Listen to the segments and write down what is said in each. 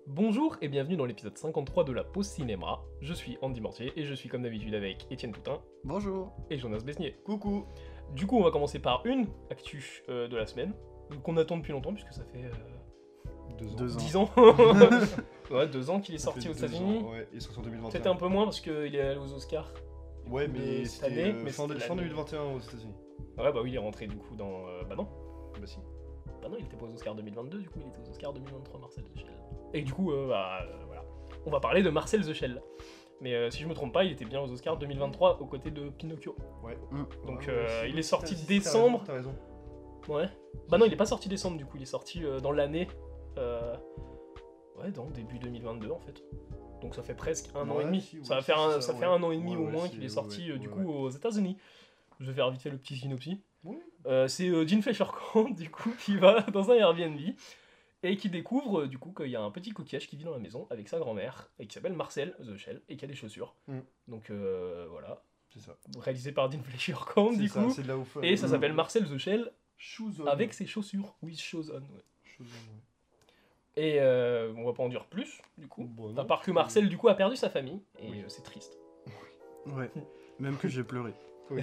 Bonjour et bienvenue dans l'épisode 53 de la pause cinéma. Je suis Andy Mortier et je suis comme d'habitude avec Étienne Toutin Bonjour. et Jonas Besnier. Coucou. Du coup, on va commencer par une actu de la semaine, qu'on attend depuis longtemps puisque ça fait 2 ans. 10 ans. Ouais, 2 ans qu'il est sorti aux États-Unis. Ouais, il est sorti en 2021. Peut-être un peu moins parce qu'il est allé aux Oscars. Ouais, de mais cette année, c'était mais fin c'était fin l'année. 2021 aux États-Unis. Ouais, bah oui, il est rentré du coup dans. Bah non. Bah si. Bah non, il était pas aux Oscars 2022, du coup il était aux Oscars 2023, Marcel The Shell. Et du coup, voilà. On va parler de Marcel The Shell. Mais si je me trompe pas, il était bien aux Oscars 2023 aux côtés de Pinocchio. Ouais. Donc Ouais, il est sorti si, décembre. T'as raison. Ouais. Bah non, il est pas sorti décembre du coup, il est sorti dans l'année. Ouais, dans début 2022 en fait. Donc ça fait presque un an Ouais, et demi. si, ouais, ça va si, faire c'est ça ça, fait ouais. un an et demi Ouais, au ouais, moins c'est- qu'il est ouais, sorti ouais, du ouais, coup aux États-Unis. Je vais faire vite fait le petit synopsis. Oui. C'est Jean Fleischer-Camp du coup qui va dans un Airbnb et qui découvre du coup qu'il y a un petit coquillage qui vit dans la maison avec sa grand-mère et qui s'appelle Marcel The Shell et qui a des chaussures. Donc voilà, C'est ça. réalisé par Dean Fleischer-Camp du C'est ça, coup. c'est de la ouf. Et ça s'appelle Marcel The Shell Shoes on. avec ses chaussures. Oui, shoes on. Ouais. Shoes on, ouais. Et on va pas en dire plus, du coup. Bon, À non, part que c'est- Marcel, du coup, a perdu sa famille, et Oui. c'est triste. Ouais. Même que j'ai pleuré.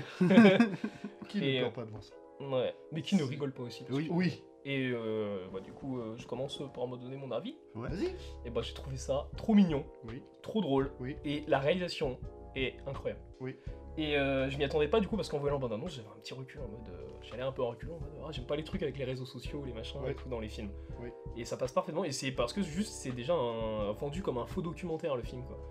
Qui Et, ne pleure pas devant ça? Ouais, mais qui ne rigole pas aussi. parce Oui. que- Oui. Et bah, du coup, je commence par me donner mon avis. Ouais. Vas-y. Et bah, j'ai trouvé ça trop mignon, Oui. trop drôle, Oui. et la réalisation est incroyable. Oui. Et je m'y attendais pas, du coup, parce qu'en voyant la bande-annonce, j'avais un petit recul en mode. J'allais un peu en recul en mode. Ah, j'aime pas les trucs avec les réseaux sociaux, les machins Ouais. et tout dans les films. Oui. Et ça passe parfaitement, et c'est parce que juste, c'est déjà vendu comme un faux documentaire, le film, quoi.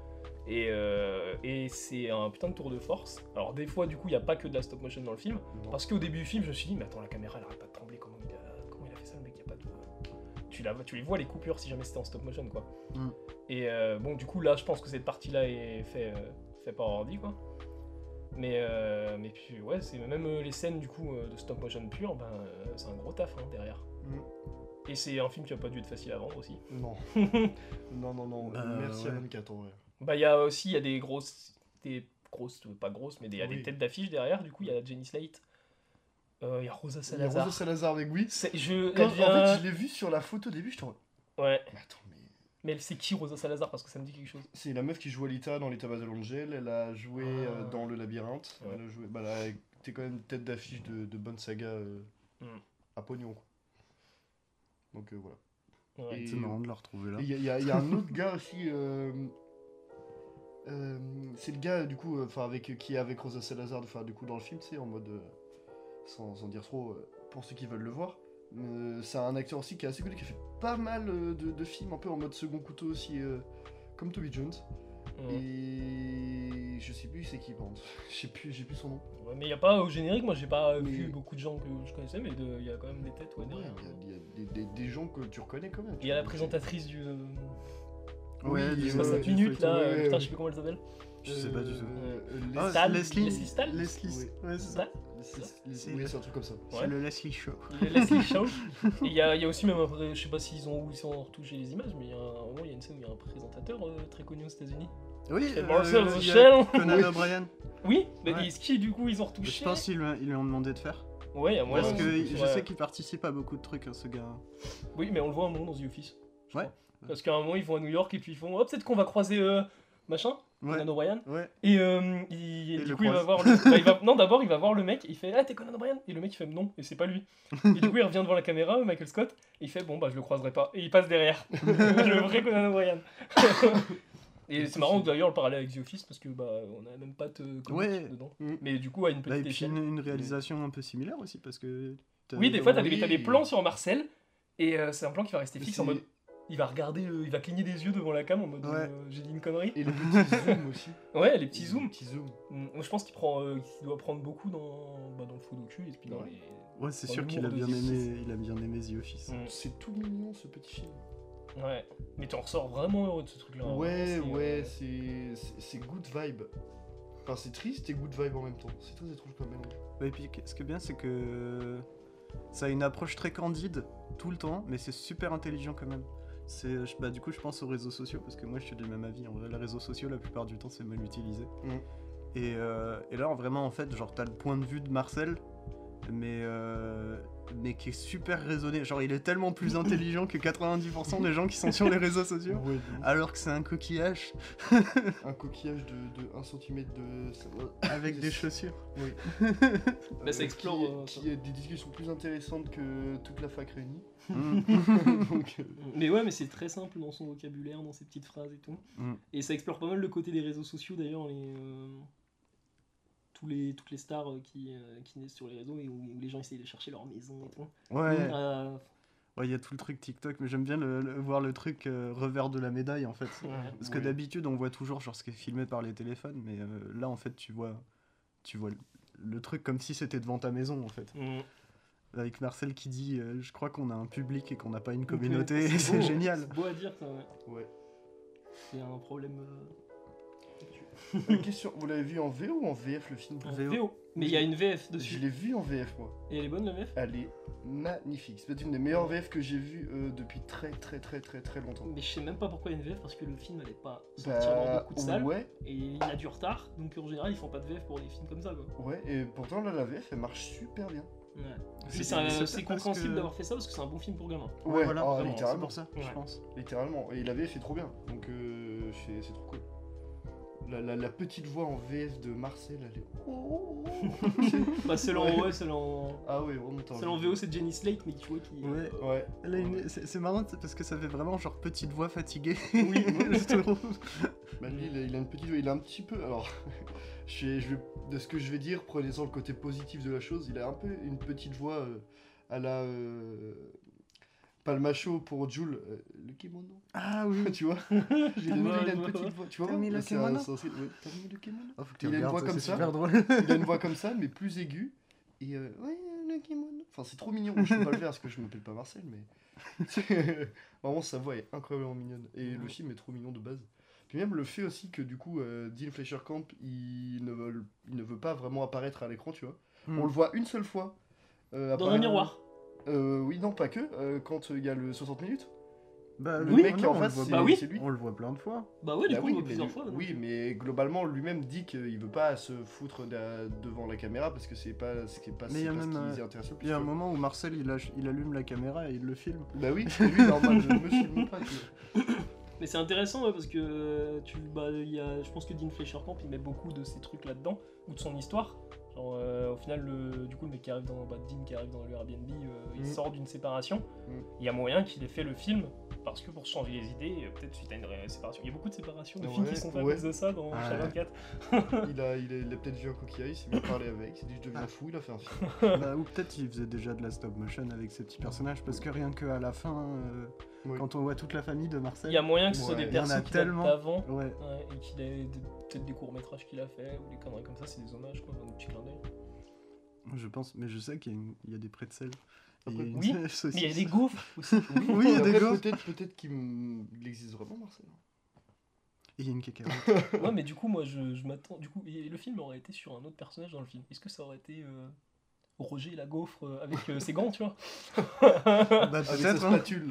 Et c'est un putain de tour de force. Alors des fois du coup il n'y a pas que de la stop motion dans le film. Non. Parce qu'au début du film je me suis dit mais attends la caméra elle arrête pas de trembler, comment il a fait ça le mec, il y a pas de... Tu les vois les coupures si jamais c'était en stop motion quoi. Mm. Et bon du coup là je pense que cette partie là est fait par ordi quoi. Mais puis ouais c'est même les scènes du coup de stop motion pure ben c'est un gros taf hein, derrière. Mm. Et c'est un film qui a pas dû être facile à vendre aussi. Non. Non. Merci à ouais. 24 en vrai. Bah il y a des grosses, pas grosses, mais il y a des Oui. têtes d'affiche derrière. Du coup il y a Jenny Slate, il y a Rosa Il y a Salazar. Rosa Salazar avec oui. En Elle vient... fait, je l'ai vu sur la photo au début, je t'en. Ouais, Mais attends, mais. mais c'est qui Rosa Salazar parce que ça me dit quelque chose. C'est la meuf qui joue Alita dans Les Tabacs de l'Angel, elle a joué Ah. dans Le Labyrinthe, Ouais. elle a joué, bah, elle a été quand même tête d'affiche de bonnes sagas Mm. à pognon quoi. Donc voilà. Ouais. Et- C'est marrant de la retrouver là. Et il y a un autre gars aussi, c'est le gars du coup, qui est avec Rosa Salazar, du coup dans le film, tu sais, en mode, sans dire trop, pour ceux qui veulent le voir. C'est un acteur aussi qui est assez connu, qui a fait pas mal de films un peu en mode second couteau aussi, comme Toby Jones. Mm. Et je sais plus c'est qui par contre. J'ai plus son nom. Ouais, mais il y a pas au générique, moi j'ai pas Mais- vu beaucoup de gens que je connaissais, mais il y a quand même des têtes ouais, Ouais, derrière. il y a des gens que tu reconnais quand même. Il y a la présentatrice du Ouais, Oui, du- 60 du minutes feuilleton. là, ouais, putain ouais. je sais plus comment elle s'appelle. Je sais pas du tout. Ah, Stahl, Leslie Leslie Stahl Leslie. Ouais, c'est ça. Stahl oui, c'est un truc comme ça. Ouais. C'est le Leslie Show. Il y a Leslie Shaw. Et il y a aussi même après, je sais pas s'ils ont retouché les images, mais il y a un moment il y a une scène où il y a un présentateur très connu aux États-Unis. Oui, C'est Marcel The il y a Shell. Conan Oui. O'Brien. Oui, mais Ouais. est-ce qu'ils du coup ils ont retouché? Je pense qu'ils lui ont demandé de faire. Ouais, il y a moyen. Parce que Ouais. je sais qu'il participe à beaucoup de trucs, hein, ce gars. Oui, mais on le voit un moment dans The Office. je Ouais. crois. Parce qu'à un moment ils vont à New York et puis ils font oh peut-être qu'on va croiser machin, Ouais. Conan O'Brien. Ouais. Et Et du le coup il va croise. voir le... bah, non d'abord il va voir le mec, et il fait ah t'es Conan O'Brien, et le mec il fait non et c'est pas lui. Et du coup il revient devant la caméra Michael Scott et il fait bon bah je le croiserai pas et il passe derrière le vrai Conan O'Brien. Et c'est marrant d'ailleurs le parallèle avec The Office parce que bah on a même pas de comique Ouais. dedans. Mm. Mais du coup à une Bah, petite et puis échelle. une réalisation un peu similaire aussi, parce que. Oui des fois t'as Oui. des plans sur Marcel et c'est un plan qui va rester fixe en C'est- mode il va regarder, il va cligner des yeux devant la cam en mode Ouais. j'ai dit une connerie. Et le petit zoom aussi. Ouais, les petits zooms. Le petit zoom. Moi, je pense qu'il doit prendre beaucoup dans le faux docu et puis dans Ouais. les. Ouais, c'est Dans sûr l'humour qu'il a de bien The Office. aimé, il a bien aimé The Office. Mm. C'est tout mignon ce petit film. Ouais. Mais t'en ressors vraiment heureux de ce truc-là. hein. Ouais, C'est, ouais, c'est good vibe. Enfin, c'est triste et good vibe en même temps. C'est très étrange comme mélange. Ouais, et puis ce qui est bien, c'est que ça a une approche très candide tout le temps, mais c'est super intelligent quand même. Bah, du coup, je pense aux réseaux sociaux, parce que moi, je suis du même avis. En vrai, les réseaux sociaux, la plupart du temps, c'est mal utilisé. Mm. Et là, vraiment, en fait, genre, t'as le point de vue de Marcel, mais qui est super raisonné. Genre, il est tellement plus intelligent que 90% des gens qui sont sur les réseaux sociaux, Ouais, alors que c'est un coquillage un coquillage de 1 cm de... avec des chaussures. Oui. Bah, ça explore, Qui a des discussions plus intéressantes que toute la fac réunie. Mm. Donc, Mais ouais, mais c'est très simple dans son vocabulaire, dans ses petites phrases et tout. Mm. Et ça explore pas mal le côté des réseaux sociaux d'ailleurs, toutes les stars qui naissent sur les réseaux et où les gens essayent de chercher leur maison et tout. Ouais. Euh, Ouais, il y a tout le truc TikTok, mais j'aime bien voir le truc revers de la médaille en fait. ouais. Parce que Oui. d'habitude, on voit toujours genre ce qui est filmé par les téléphones, mais là en fait, tu vois le truc comme si c'était devant ta maison en fait. Mm. Avec Marcel qui dit je crois qu'on a un public et qu'on n'a pas une communauté, C'est c'est beau, génial. C'est beau à dire ça, ouais. ouais. C'est un problème. Question, vous l'avez vu en VO ou en VF le film En VO. VO. Mais il y a une VF Je dessus. l'ai vu en VF moi. Et elle est bonne la VF? Elle est magnifique. C'est peut-être une des meilleures VF que j'ai vues depuis très longtemps. Mais je sais même pas pourquoi il y a une VF parce que le film allait pas sortir dans beaucoup de salles. ouais, Et il a du retard, donc en général ils font pas de VF pour des films comme ça quoi. ouais, et pourtant là la VF elle marche super bien. Ouais. C'est- Puis c'est c'est peut-être compréhensible parce que- d'avoir fait ça parce que c'est un bon film pour gamins. Ouais, voilà, oh, vraiment, c'est littéralement. pour ça, je Ouais. pense. Littéralement. Et la VF est trop bien. Donc c'est trop cool. La petite voix en VF de Marcel, elle est. Bah celle en, ouais, celle en... Ah ouais, vraiment t'as celle en envie. VO c'est Jenny Slate mais tu vois qui... Ouais. Ouais. Elle a c'est marrant parce que ça fait vraiment genre petite voix fatiguée. Oui, Je trouve. Bah lui, il a une petite voix, il a un petit peu. Alors, de ce que je vais dire, prenez-en le côté positif de la chose, il a un peu une petite voix à la. Pas le macho pour Jules, le kimono. Ah oui. Tu vois il a une petite voix. Tu vois T'as mis le c'est kimono ouais, t'as mis le kimono. Oh, faut que tu Il a une regardes, voix ça, comme c'est ça. super drôle. Il a une voix comme ça, mais plus aiguë. Et ouais, le kimono. Enfin, c'est trop mignon. Je peux pas le faire parce que je m'appelle pas Marcel, mais. Vraiment, sa voix est incroyablement mignonne. Et le film est trop mignon de base. Puis même le fait aussi que du coup, Dean Fleischer Camp, il ne veut pas vraiment apparaître à l'écran, tu vois. Mm. On le voit une seule fois. Dans apparaître- un miroir. Oui, non, pas que. Quand il y a le 60 minutes. Bah, Le oui, mec non, en on le face, voit c'est Bah oui. c'est lui. On le voit plein de fois. Bah ouais, du Bah coup oui, on voit mais plusieurs fois. donc. oui, mais globalement, lui-même dit qu'il veut pas se foutre devant la caméra parce que c'est pas ce qui Mais il y a c'est pas ce même, qui les intéresse le plus. Il y a un quoi. moment où Marcel il allume la caméra et il le filme. Bah oui, et lui, normal, je me filme pas, tu vois. Mais c'est intéressant ouais, parce que je pense que Dean Fleischer Camp il met beaucoup de ces trucs là-dedans, ou de son histoire. Genre, au final, du coup, le mec qui arrive Dean qui arrive dans le Airbnb, il sort d'une séparation. Il y a moyen qu'il ait fait le film parce que pour changer les idées, peut-être suite à une séparation. Il y a beaucoup de séparations de films qui sont faites à cause de ça dans Ouais. Chat 24. Il a peut-être vu un coquillage, il s'est mis parler avec, il s'est dit je deviens fou, il a fait un film. Bah, ou peut-être il faisait déjà de la stop motion avec ses petits personnages, parce que rien qu'à la fin, Oui. quand on voit toute la famille de Marcel. Il y a moyen que ce soit Ouais, des il y en a persos qu'il tellement. a d'avant. Ouais. Ouais, et qu'il ait peut-être des courts-métrages qu'il a fait, ou des conneries comme ça, c'est des hommages, quoi, des petits clins d'œil. Je pense, mais je sais qu'il y a des pretzels. Et Après, il y a une oui, saucisse. Mais il y a des gaufres aussi. Oui, il y a des Après, gaufres. peut-être il existe vraiment, Marcel. Et il y a une cacahuète. Ouais, mais du coup, moi, je m'attends. Du coup, et le film aurait été sur un autre personnage dans le film. Est-ce que ça aurait été Roger la gaufre avec ses gants, tu vois? Bah Avec sa peut-être. Hein. spatule.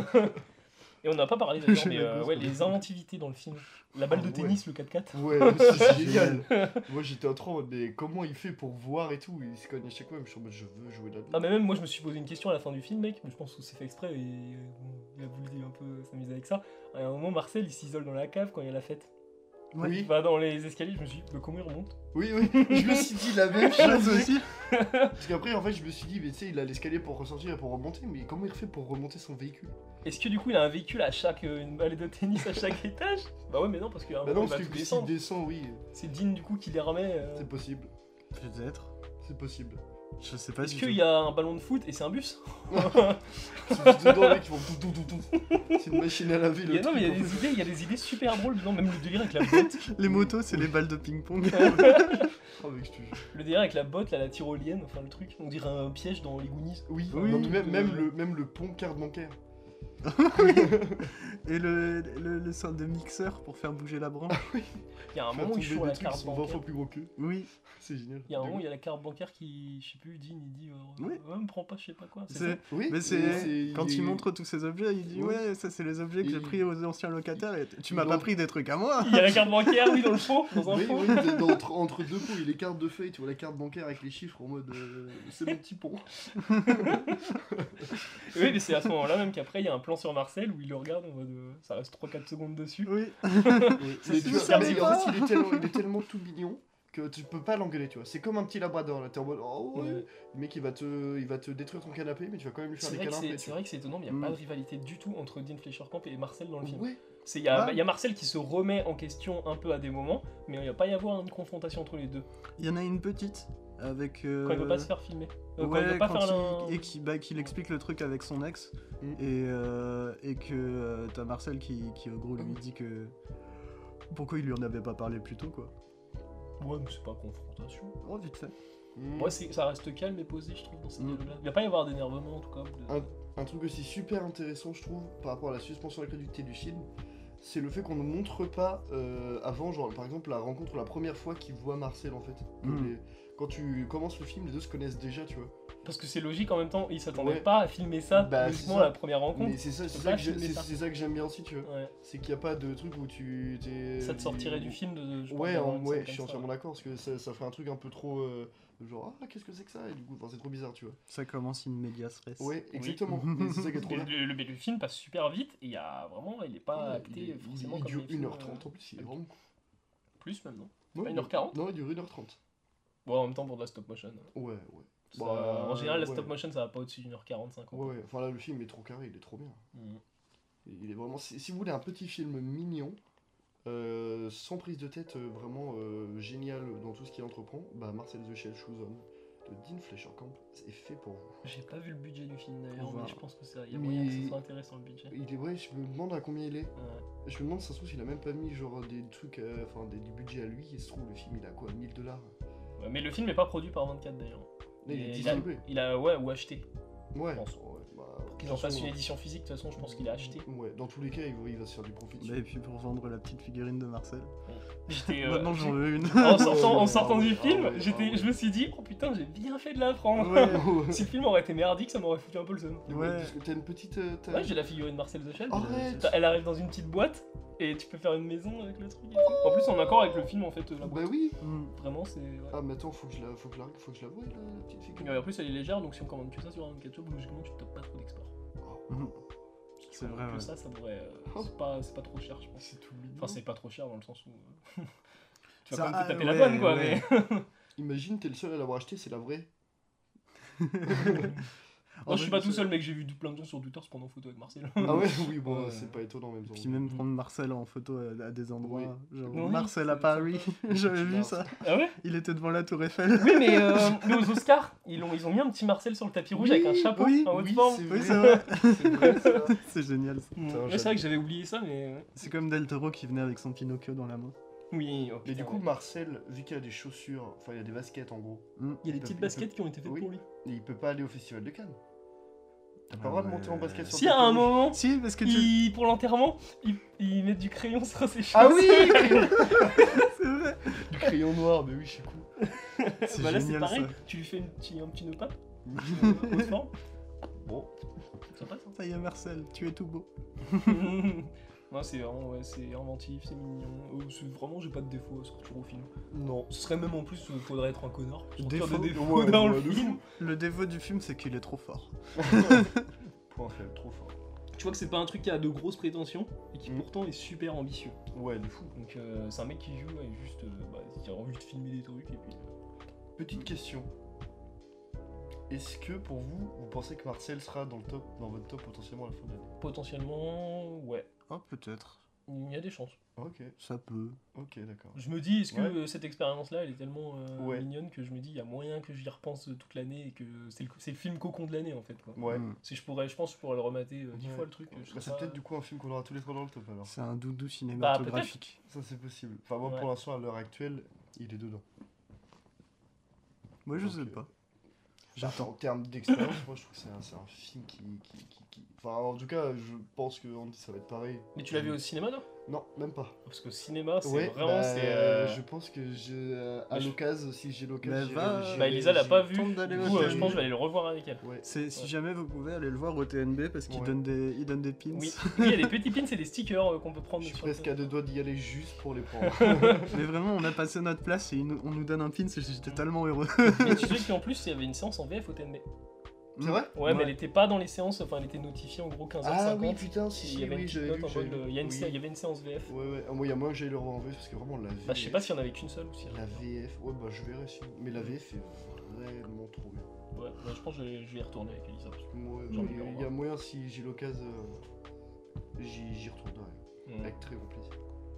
Et on n'a pas parlé d'ailleurs, Je mais la gaufre. ouais, les inventivités dans le film. La balle de Ah, tennis, le 4x4. Ouais, c'est génial. Moi j'étais en train en mode, mais comment il fait pour voir et tout? Il se cogne à chaque fois, mais je suis en mode, je veux jouer là-dedans. Ah, mais même moi, je me suis posé une question à la fin du film, mec. Mais je pense que c'est fait exprès et bon, il a voulu un peu s'amuser avec ça. À un moment, Marcel, il s'isole dans la cave quand il y a la fête. Oui. Il va dans les escaliers, je me suis dit, mais comment il remonte? Oui, je me suis dit la même Chose chose mec. aussi. Parce qu'après, en fait, je me suis dit, mais tu sais, il a l'escalier pour ressortir et pour remonter, mais comment il fait pour remonter son véhicule? Est-ce que du coup, il a un véhicule à chaque. Une balle de tennis à chaque étage? Bah ouais, mais non, parce qu'il y a un Bah moment, non, il va parce tout que s'il descendre. descend, oui, C'est Dean du coup qui les remet. c'est possible. Peut-être. C'est possible. Je sais pas Est-ce du qu'il tout. y a un ballon de foot et c'est un bus? C'est juste dedans, mec, ils font tout. C'est une machine à laver, le Non, mais truc, il y a des idées super drôles dedans, même le délire avec la botte. Les motos, c'est les balles de ping-pong. Oh, mec, je te jure. Le délire avec la botte, là, la tyrolienne, enfin le truc, on dirait un piège dans les Goonies. Oui, Oui. non, mais même le pont carte bancaire. Et le sort de mixeur pour faire bouger la branche. Il y a un Faire moment où tomber ils font des la trucs qui carte sont 20 bancaire. fois plus gros qu'eux. Oui, C'est génial. Il y a un moment où il y a la carte bancaire qui, je sais plus, dit Oui. me prends pas, je sais pas quoi. C'est ça. c'est... Oui, Mais c'est quand il est- montre tous ces objets, il dit Ouais. ouais, ça c'est les objets que j'ai Et- pris aux anciens locataires et tu il m'as pas doit- pris des trucs à moi. Il y a la carte bancaire, oui, dans le fond, dans un Oui, fond. oui, entre deux pots, il y a les cartes de feuilles, tu vois la carte bancaire avec les chiffres en mode c'est mon petit pont. Oui, mais c'est à ce moment-là même qu'après il y a un plan sur Marcel où il le regarde en mode ça reste 3-4 secondes dessus. Oui. Mais tu vois, super mais sympa. en fait, il est tellement tout mignon que tu peux pas l'engueuler, tu vois. C'est comme un petit labrador là, t'es en mode oh ouais. Ouais. Le mec il va te détruire ton canapé, mais tu vas quand même lui faire C'est des vrai, que câlins après. c'est vrai que c'est étonnant, mais il n'y a Mm. pas de rivalité du tout entre Dean Fleischer-Camp et Marcel dans le film. Ouais, Il y a, Ouais. il y a Marcel qui se remet en question un peu à des moments, mais il n'y a pas y avoir une confrontation entre les deux. Il y en a une petite avec. Quand il veut pas se faire filmer. Quand il Ouais, veut pas quand faire un... et qu'il explique le truc avec son ex Mm. et que t'as Marcel qui en gros lui dit que pourquoi il lui en avait pas parlé plus tôt quoi. Ouais, mais c'est pas confrontation. Oh vite fait. Ouais, ça reste calme et posé, je trouve, dans ces Mm. dialogues-là. Il va pas y avoir d'énervement, en tout cas. Un truc aussi super intéressant, je trouve, par rapport à la suspension d'incrédulité du film, c'est le fait qu'on ne montre pas avant, genre par exemple la rencontre la première fois qu'il voit Marcel en fait. Que Mm. quand tu commences le film, les deux se connaissent déjà, tu vois. Parce que c'est logique en même temps, il s'attendait Ouais. pas à filmer ça, Bah, logiquement, c'est ça. à la première rencontre. Mais c'est ça, tu c'est peux ça, pas que j'ai- filmer ça. c'est ça que j'aime bien aussi, tu vois. Ouais. C'est qu'il n'y a pas de truc où Ça te sortirait du film de. je pense, Ouais, d'avoir une ouais, scène je suis comme ça. entièrement d'accord parce que ça fait un truc un peu trop genre ah qu'est-ce que c'est que ça et du coup enfin, c'est trop bizarre, tu vois. Ça commence in medias res. Ouais, exactement. Mais c'est ça qui est trop Et bien. le film passe super vite et il y a vraiment, il est pas Ouais, acté forcément il comme dure les films, 1h30 en plus, il est vraiment cool. plus même, non Ouais, Pas 1h40? Non, il dure 1h30. Bon, en même temps pour de la stop motion. Ouais, ouais. Ça, Bah, en général, la ouais. stop motion ça va pas au-dessus d'1h40, 50. Ouais, ouais, enfin là le film est trop carré, il est trop bien. Mhm. Il est vraiment. Si vous voulez un petit film mignon, sans prise de tête, vraiment génial dans tout ce qu'il entreprend, bah Marcel the Shell Shoes On de Dean Fleischer-Camp, c'est fait pour vous. J'ai pas vu le budget du film d'ailleurs, Voilà. mais je pense que ça, il y a Mais- moyen que ce soit intéressant le budget. Il est ouais, je me demande à combien il est. Ouais. Je me demande, ça se trouve, s'il a même pas mis genre des trucs, enfin du budget à lui, il se trouve le film il a quoi, 1000 $. Ouais, mais le film est pas produit par 24 d'ailleurs. Là, il est Et distribué. il a ouais, ou acheté. Ouais, pense. ouais, bah, Qu'ils en fassent une façon, édition physique, de toute façon, je pense qu'il a acheté. Ouais, dans tous les cas, il va se faire du profit. dessus. Bah, et puis pour vendre la petite figurine de Marcel. J'étais. Maintenant j'en veux une. En sortant Ah ouais, du ah film, ouais, ah ouais. je me suis dit, oh putain, j'ai bien fait de la prendre. Ouais. Si le film aurait été merdique, ça m'aurait foutu un peu le seum. Ouais. Parce que t'as une petite. Ouais, j'ai la figurine Marcel the Shell. Arrête. Elle arrive dans une petite boîte et tu peux faire une maison avec le truc et tout. En plus, en accord avec le film, en fait, la Bah boîte. oui. Mm. Vraiment, c'est. Ouais. Ah mais attends, faut que je la voie la petite figure. Et en plus, elle est légère, donc si on commande que ça sur un ketchup, logiquement, tu te tapes pas trop d'export. Mm. Si tu C'est commandes vrai, que ouais. ça devrait. Oh. C'est pas trop cher, je pense. C'est tout mignon. Enfin, c'est pas trop cher dans le sens où. Tu vas Ça, quand même te taper ouais, la bonne, quoi, ouais. mais. Imagine, t'es le seul à l'avoir acheté, c'est la vraie. Moi, je suis pas tout seul, mec, j'ai vu plein de gens sur Twitter se prendre en photo avec Marcel. Ah ouais, oui, bon, Ouais. c'est pas étonnant même. Puis même prendre Marcel en photo à des endroits. Genre Oui, Marcel à c'est Paris. sympa. J'avais vu ça. Ah ouais? Il était devant la Tour Eiffel. Oui, mais aux Oscars, ils ont mis un petit Marcel sur le tapis rouge Oui, avec un chapeau oui, en haute oui, forme. c'est Oui, vrai. c'est vrai. C'est vrai, ça. C'est génial ça. Ouais, c'est vrai que j'avais oublié ça, mais. C'est comme Del Toro qui venait avec son Pinocchio dans la main. Oui, oh, Mais putain, du coup, ouais. Marcel, vu qu'il a des chaussures, enfin il y a des baskets en gros, Il y a des il peut- petites baskets qui ont été faites oui. pour lui. et il peut pas aller au festival de Cannes. T'as pas Ah le droit de ouais. monter en basket sur Si le à tapis un rouge. moment, Si, parce que tu. pour l'enterrement, ils mettent du crayon sur ses cheveux. Ah oui C'est vrai. Du crayon noir, mais oui, je suis cool. C'est Bah là, c'est génial pareil, ça. tu lui fais un petit nœud pape, haute forme. Bon, Ça passe, hein. Ça y est, Marcel, tu es tout beau. Non, c'est vraiment, ouais, c'est inventif, c'est mignon. Vraiment, j'ai pas de défaut à sortir au film. non. Ce serait même en plus, faudrait être un connard pour sortir Défaut, des défauts ouais, dans ouais, le de film. fou. Le défaut du film, c'est qu'il est trop fort. Point faible, trop fort. Tu vois que c'est pas un truc qui a de grosses prétentions et qui Mm. pourtant est super ambitieux. Ouais, de fou. Donc c'est un mec qui joue et juste, il a envie de filmer des trucs et puis. Petite question. Est-ce que pour vous, vous pensez que Marcel sera dans votre top potentiellement à la fin de l'année? Potentiellement, ouais, Oh, peut-être. il y a des chances. Ok, Ça peut. ok, d'accord. Je me dis, est-ce que Ouais. cette expérience-là, elle est tellement Ouais. mignonne que je me dis, il y a moyen que j'y repense toute l'année et que c'est le film cocon de l'année en fait. Quoi. Ouais. Mm. Si je pense que je pourrais le remater 10 Ouais. fois le truc. je Bah, serais c'est pas- peut-être du coup un film qu'on aura tous les trois dans le top alors. C'est un doudou cinématographique. Ça c'est possible. Enfin moi Ouais. pour l'instant à l'heure actuelle, il est dedans. Moi, je Donc, sais pas. J'attends. En termes d'expérience, moi je trouve que c'est un film qui. Enfin, en tout cas, je pense que Andy, ça va être pareil. Mais tu l'as vu au cinéma, non? Non, même pas. Parce que au cinéma, c'est Ouais, vraiment. bah, c'est, je pense que à Mais je- l'occasion, si j'ai l'occasion. Mais j'irai- va, j'irai- Bah, Elisa l'a pas vu. tente d'aller Du au coup, je TNB. pense que je vais aller le revoir avec elle. Ouais. Si Ouais. jamais vous pouvez aller le voir au TNB parce qu'il Ouais. il donne des pins. Oui, il y a des petits pins et des stickers qu'on peut prendre. Je suis sur presque le- à deux doigts d'y aller juste pour les prendre. Mais vraiment, on a passé notre place et on nous donne un pin, j'étais tellement heureux. Mais tu sais qu'en plus, il y avait une séance en VF au TNB. C'est vrai Ouais, mais elle était pas dans les séances, enfin, elle était notifiée en gros 15h50. Ah oui, putain, Et si, il si, y avait une oui, petite j'avais note vu. en j'avais mode, vu. il y Oui. avait une séance VF. Ouais, ouais. Moi, il y a moyen que j'aille le revoir en VF parce que vraiment la VF. Bah, je sais pas s'il y en avait qu'une seule ou si. La VF, ouais, bah je verrai si. Mais la VF est vraiment trop bien. Ouais, bah, je pense que je vais y retourner avec Elisa. parce que- Moi, J'ai envie de le il y a revoir. moyen si j'ai l'occasion, j'y retournerai. Mm. Avec très grand plaisir.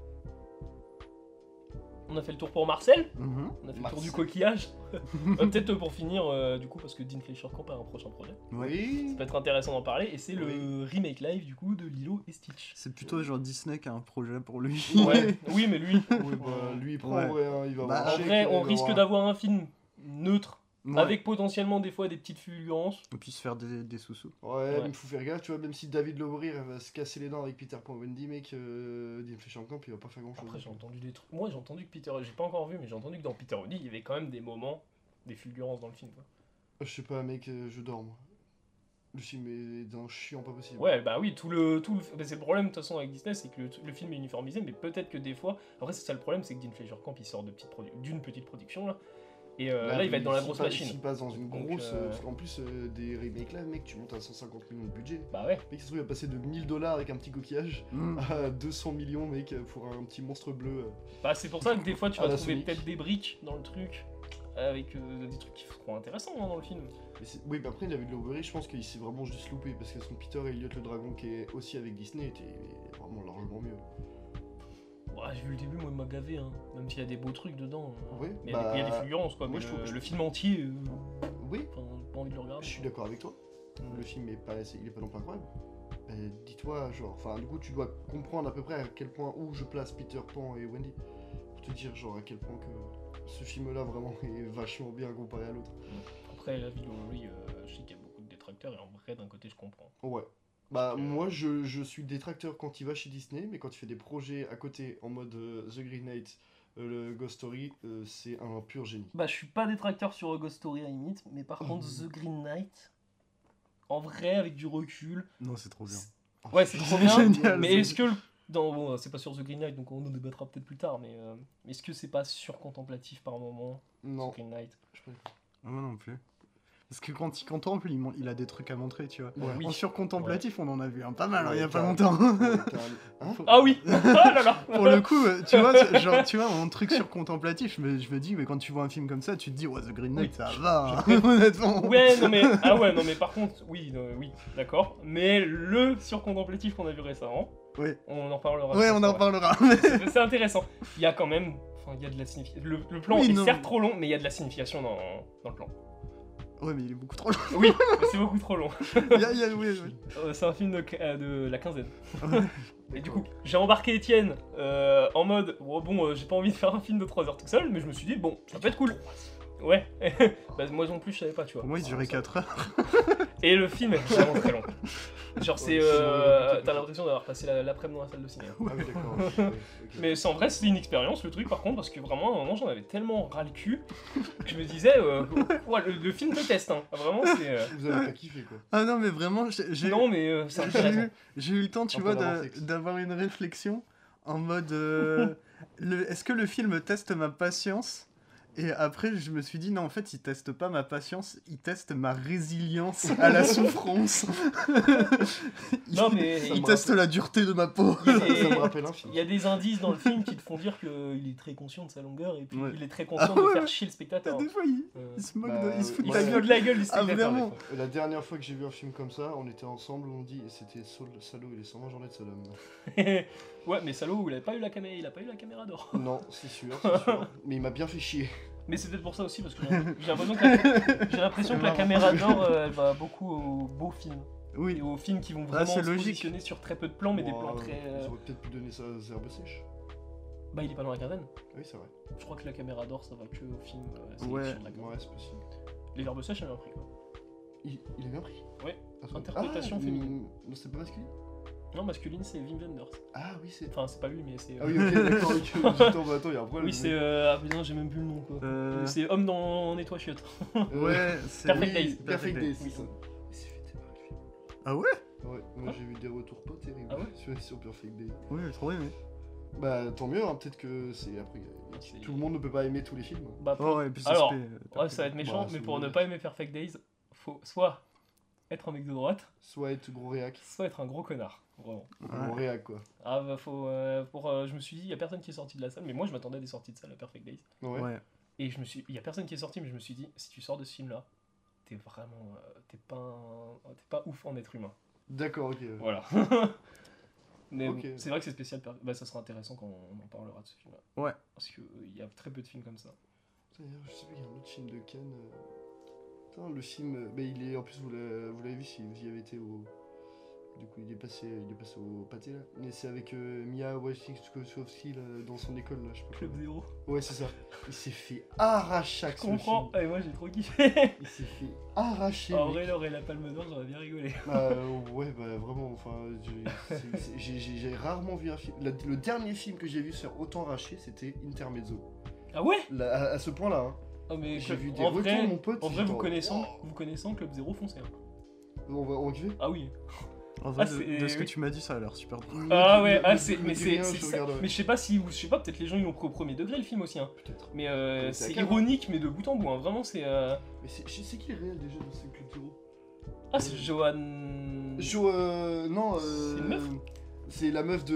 On a fait le tour pour Marcel, Mhm. on a fait le tour Marcel. du coquillage. Peut-être pour finir, du coup, parce que Dean Fleischer Camp a un prochain projet. Oui. Ça peut être intéressant d'en parler, et c'est le remake live du coup de Lilo et Stitch. C'est plutôt genre Disney qui a un projet pour lui. Ouais, oui, mais lui. Ouais, bah, lui, il prend Ouais. en vrai, hein, il va Bah, avoir un En chèque, vrai, il on va risque avoir- d'avoir un film neutre, Ouais. avec potentiellement des fois des petites fulgurances. Et puis se faire des sous-sous. Ouais, Ouais. mais il faut faire gaffe, tu vois, même si David Lowery va se casser les dents avec Peter Pan et Wendy, mec, Dean Fleischer Camp, il va pas faire grand chose. Après, j'ai entendu des trucs. Moi, j'ai entendu que Peter. J'ai pas encore vu, mais j'ai entendu que dans Peter O'Neill, il y avait quand même des moments, des fulgurances dans le film. Quoi. Je sais pas, mec, je dors, moi. Le film est d'un chiant pas possible. Ouais, bah oui, bah, c'est le problème de toute façon avec Disney, c'est que le film est uniformisé, mais peut-être que des fois. Après, c'est ça le problème, c'est que Dean Fleischer Camp il sort d'une petite production là. Et là, il va être dans la grosse machine. S'il passe dans une Donc, grosse. Parce qu'en plus, des remakes là, mec, tu montes à 150 millions de budget. Bah ouais. Mec, ça se trouve, il va passer de 1000$ avec un petit coquillage Mm. à 200 millions, mec, pour un petit monstre bleu. Bah c'est pour ça que des fois, tu À vas la trouver Sonic. peut-être des briques dans le truc, avec des trucs qui seront intéressants hein, dans le film. Oui, mais après, David Lowery, je pense qu'il s'est vraiment juste loupé parce que son Peter Elliott le dragon qui est aussi avec Disney était vraiment largement mieux. Ouais, j'ai vu le début, moi, il m'a gavé, hein. Même s'il y a des beaux trucs dedans. Oui, Mais il y a des fulgurances, quoi. moi, Mais je trouve- le film entier, Oui, enfin, pas envie de le regarder. je suis d'accord avec toi. Le film est pas, il est pas non plus incroyable. Dis-toi, genre, enfin, du coup, tu dois comprendre à peu près à quel point où je place Peter Pan et Wendy pour te dire, genre, à quel point que ce film-là vraiment est vachement bien comparé à l'autre. Après, la vidéo, oui, je sais qu'il y a beaucoup de détracteurs, et en vrai, d'un côté, je comprends. Ouais. Bah, moi, je suis détracteur quand il va chez Disney, mais quand il fait des projets à côté en mode The Green Knight, le Ghost Story, c'est un pur génie. Bah, je suis pas détracteur sur Ghost Story à la limite, mais par contre, The Green Knight, en vrai, avec du recul, Non, c'est trop bien. ouais, c'est trop C'est bien, génial, mais c'est- est-ce que. Bon, c'est pas sur The Green Knight, donc on en débattra peut-être plus tard, mais est-ce que c'est pas surcontemplatif par moment, Non, The Green Knight? je sais pas. Moi non plus. Parce que quand il contemple, il a des trucs à montrer, tu vois. Ouais. Oui. En surcontemplatif, on en a vu un pas mal, hein, il y a Ouais, pas carrément. longtemps. Ouais, carrément. Hein Ah oui! Ah là là! Pour le coup, tu vois, genre, tu vois, mon truc sur contemplatif, je me dis, mais quand tu vois un film comme ça, tu te dis, ouais, The Green Knight, Oui. ça va, hein, honnêtement. Ouais, non mais, non mais par contre, oui, oui, d'accord. Mais le surcontemplatif qu'on a vu récemment, Ouais. on en parlera. Ouais, je on pense, en reparlera. C'est intéressant. Il y a quand même, enfin, il y a de la signification. Le plan Oui, est non. certes trop long, mais il y a de la signification dans le plan. Ouais, mais il est beaucoup trop long. Oui, mais c'est beaucoup trop long. Oui. C'est un film de la quinzaine. Ouais. Et du coup, j'ai embarqué Étienne en mode, bon, j'ai pas envie de faire un film de 3 heures tout seul, mais je me suis dit, bon, ça peut être cool. Ouais, bah, moi non plus je savais pas, tu vois. Pour moi, il durait 4 heures. Et le film est vraiment très long. Genre, c'est. Ouais, c'est- T'as l'impression d'avoir passé l'après-midi dans la salle de cinéma. Ah oui, d'accord. ok, ok. Mais c'est en vrai, c'est une expérience le truc par contre, parce que vraiment, à un moment, j'en avais tellement ras le cul que je me disais, ouais, le film te teste, hein. Vraiment, c'est. Vous avez pas kiffé, quoi. Ah non, mais vraiment, j'ai Non, mais c'est j'ai intéressant. j'ai eu le temps, tu Un vois, peu d'avant-sexe. d'avoir une réflexion en mode est-ce que le film teste ma patience? Et après, je me suis dit, non, en fait, il teste pas ma patience, il teste ma résilience à la souffrance. Non, mais Ça Il me teste rappelle- la dureté de ma peau. il y a Ça des- me rappelle un film. il y a des indices dans le film qui te font dire qu'il est très conscient de sa longueur et puis Ouais. il est très conscient Ah de ouais. faire chier le spectateur. Des fois, il se moque Bah, il se fout de Il ta se ouais. fout gueule. de la gueule du Ah, spectateur. des vraiment. fois. La dernière fois que j'ai vu un film comme ça, on était ensemble, on dit, et c'était Salaud, il est sans journée de Sodome. Ouais, mais salaud, il a pas eu la caméra d'or. Non, c'est sûr, c'est sûr. Mais il m'a bien fait chier. Mais c'est peut-être pour ça aussi, parce que j'ai l'impression que la caméra d'or, elle va beaucoup aux beaux films. Et Oui, aux films qui vont Ah, vraiment c'est se logique. positionner sur très peu de plans, mais des Bon, plans très... Ils auraient peut-être pu donner ça aux herbes sèches. Bah, il est pas dans la quinzaine. Oui, c'est vrai. Je crois que la caméra d'or, ça va que au film Ouais. sélection de la quinzaine. Ouais, c'est possible. Les verbes sèches avaient un prix, quoi. Il a bien pris. Ouais. Attends. Interprétation Ah, féminine. Non, c'est pas masculin. Non, masculine, c'est Wim Wenders. Ah oui, c'est. Enfin, c'est pas lui, mais c'est. Ah oui, ok, d'accord, ok. Attends, il y a un problème. Oui, c'est. Ah putain, j'ai même plus le nom, quoi. C'est Homme dans Nettoie Chiottes. Ouais, c'est. Perfect Days. Perfect Days, c'est Oui. ça. Il s'est fait tellement le film. Ah ouais? Ouais, moi j'ai vu des retours pas terribles Ah ouais sur Perfect Days. Oui, j'ai trop aimé. Bah tant mieux, hein, peut-être que c'est après. C'est- Tout le monde ne peut pas aimer tous les films. Bah, Oh, ouais, plus Alors, aspect, ouais, ça va être méchant, Bah, mais c'est pour ne dommage. pas aimer Perfect Days, faut soit être un mec de droite, Soit être gros réac. soit être un gros connard. Vraiment. Gros réac quoi. Ah bah faut. Je me suis dit, il y a personne qui est sorti de la salle, mais moi je m'attendais à des sorties de salle à Perfect Days. Ouais. Ouais. Et il y a personne qui est sorti, mais je me suis dit, si tu sors de ce film là, t'es vraiment. T'es pas ouf en être humain. D'accord, ok. Voilà. Mais Ok. bon, c'est vrai que c'est spécial, bah, ça sera intéressant quand on en parlera de ce film là. Ouais. Parce qu'il y a très peu de films comme ça. D'ailleurs, je sais pas, il y a un autre film de Cannes. Putain, le film. Mais il est. En plus, vous l'avez vu si vous y avez été au. Du coup, il est passé au pâté là. Mais c'est avec Mia Wasikowski là, dans son école là, je sais pas quoi. Club Zero. Ouais, c'est ça. Il s'est fait arracher Je avec ce comprends, film. et moi j'ai trop kiffé. Il s'est fait arracher. En mec. vrai, l'or et la palme d'or, j'aurais bien rigolé. Ouais, bah vraiment, enfin, j'ai rarement vu un film. Le dernier film que j'ai vu se faire autant arracher, c'était Intermezzo. Ah ouais? À ce point-là, hein. Oh, mais J'ai vu des en retours vrai, de mon pote. en vrai, j'étais vous connaissant Club Zero, foncez. Hein. On va kiffer. Ah oui. En vrai, Ah, de c'est- ce que oui. tu m'as dit, ça a l'air super drôle. Ah ouais, Me- c'est me mais dis c'est rien, c'est je ça. regarderai. Mais je sais pas, peut-être les gens ils l'ont pris au premier degré le film aussi. Hein. Peut-être. Mais Ouais, c'est c'est à ironique, mais de bout en bout. Hein. Vraiment, c'est. Mais c'est qui le réel déjà dans ce Club Zero? Ah, c'est Johan. Non, C'est une meuf? C'est la meuf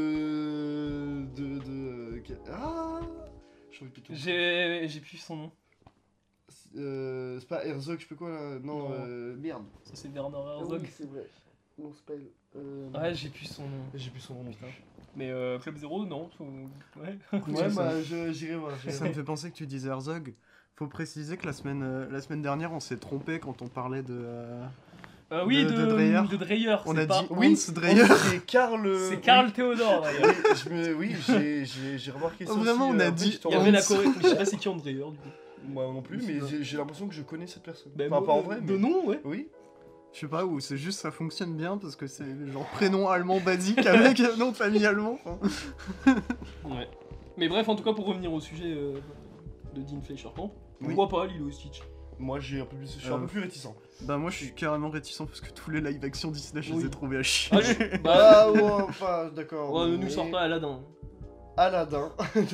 Ah, j'ai envie de péter. J'ai plus son nom. C'est pas Herzog, je sais pas quoi là. Non, Non. merde. Ça c'est Werner Ah Herzog. oui, c'est vrai. Non, c'est pas elle. Ouais, j'ai plus son nom. J'ai plus son nom, putain. Mais Club Zero, non. Ouais. Ouais, ça- bah j'irai voir. j'irai Ça voir. me fait penser que tu disais Herzog. Faut préciser que la semaine dernière, on s'est trompé quand on parlait de. Oui, De Dreyer. de Dreyer. On c'est a pas- dit Oui, Hans Dreyer. C'est Karl. C'est Karl Theodor d'ailleurs. Oui, j'ai remarqué ça. Vraiment, aussi, on a après, dit- je t'en Il y avait la Hans. Corée, mais je sais pas c'est qui André Dreyer du coup. Moi non plus, mais j'ai l'impression que je connais cette personne. Ben, Enfin, moi, pas en vrai, mais. De nom, ouais. Oui. Je sais pas où, c'est juste ça fonctionne bien parce que c'est genre prénom allemand basique avec nom de famille allemand. Enfin. Ouais. Mais bref, en tout cas, pour revenir au sujet de Dean Fleischer-Camp, Oui. pourquoi pas Lilo et Stitch? Moi, je suis un peu plus réticent. Bah, moi je suis carrément réticent parce que tous les live action Disney, je les Oui. ai trouvés à chier. Ah, bah, Ah ouais, enfin, d'accord. ouais, ne mais nous sort pas Aladdin. Aladdin,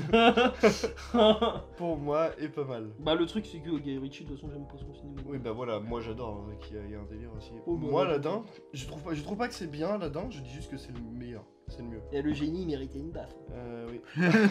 pour moi, est pas mal. Bah, le truc, c'est que Guy Ritchie, de toute façon, j'aime pas son cinéma. Oui, bah voilà, moi j'adore, hein, qu'il y a un délire aussi. Oh, bah, moi, ouais. Aladdin, je trouve pas que c'est bien Aladdin, je dis juste que c'est le meilleur, c'est le mieux. Et le génie méritait une baffe. Oui.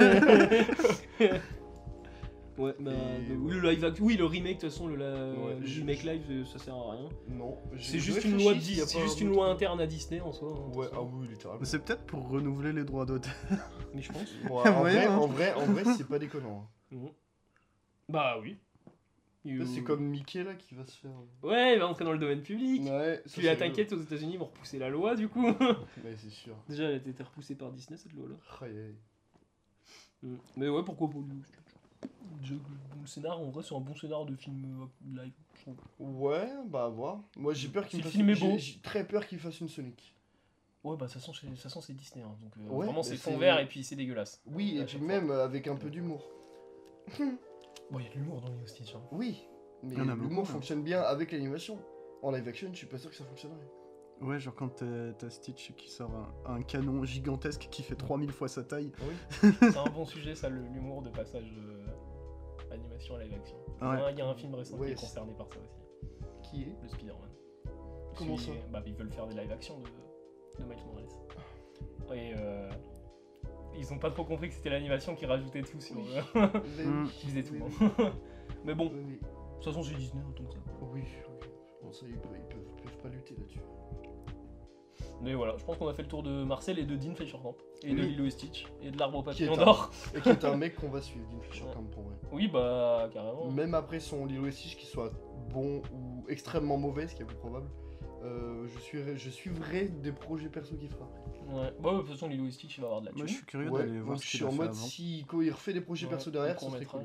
Ouais, bah, Et oui, le live action, oui, le remake, de toute façon, Ouais, le je- remake live, ça sert à rien. Non. C'est j'ai juste une réfléchi loi, s'il y a c'est pas juste un une autre- loi interne à Disney en soi. Hein, de Ouais, toute ah façon. oui, littéralement. Mais c'est peut-être pour renouveler les droits d'auteur. Mais je pense. Ouais, en, Ouais, vrai, hein. en vrai, c'est pas déconnant. hein. Bah oui. Là, c'est comme Mickey là qui va se faire. Ouais, il va entrer dans le domaine public. Ouais, ça, Puis là, c'est- t'inquiète, aux États-Unis, ils vont repousser la loi du coup. Ouais, c'est sûr. Déjà, elle a été repoussée par Disney cette loi-là. Aïe, aïe. Mais ouais, pourquoi pas lui déjà, le scénar, en vrai, c'est un bon scénaire de film live, je trouve. Ouais, bah à voir. Moi j'ai peur qu'il Si me le fasse. film est beau. J'ai très peur qu'il fasse une Sonic. Ouais, bah, de toute façon, c'est Disney, hein, donc Ouais, vraiment, mais c'est fond c'est- vert et puis c'est dégueulasse. Oui, À et puis chaque même avec un peu d'humour. Bon, il y a de l'humour dans les Stitch. Hein. Oui, mais Il y en a beaucoup, l'humour hein. fonctionne bien avec l'animation. En live action, je suis pas sûr que ça fonctionnerait. Ouais, genre quand t'as Stitch qui sort un canon gigantesque qui fait 3000 fois sa taille. C'est un bon sujet, ça, l'humour de passage de animation à live action. Ouais. Il y a un film récent Ouais, qui est c'est- concerné par ça aussi, Qui est le Spider-Man. Comment ça Bah, ils veulent faire des live action de Miles Morales. Et ils ont pas trop compris que c'était l'animation qui rajoutait tout sur. Qui faisait tout. Hein. Mais bon, de Oui, toute façon, c'est Disney, autant que ça. oui. Bon, ça, ils peuvent pas lutter là-dessus. Mais voilà, je pense qu'on a fait le tour de Marcel et de Dean Fleischer-Camp. Et de Oui. Lilo et Stitch. Et de l'arbre au Qui est papillon un- d'or. Et qui est un mec qu'on va suivre, Dean Fleischer, Ouais. comme pour vrai. Oui, bah, carrément. Même après son Lilo et Stitch, qu'il soit bon ou extrêmement mauvais, ce qui est plus probable, je suivrai des projets perso qu'il fera. Ouais. Bah, de toute façon, Lilo et Stitch, il va avoir de la thune. Moi je suis curieux Ouais, d'aller voir donc ce je qu'il suis a en fait mode avant. si il refait des projets Ouais, perso derrière, un ça serait cool. court-métrage.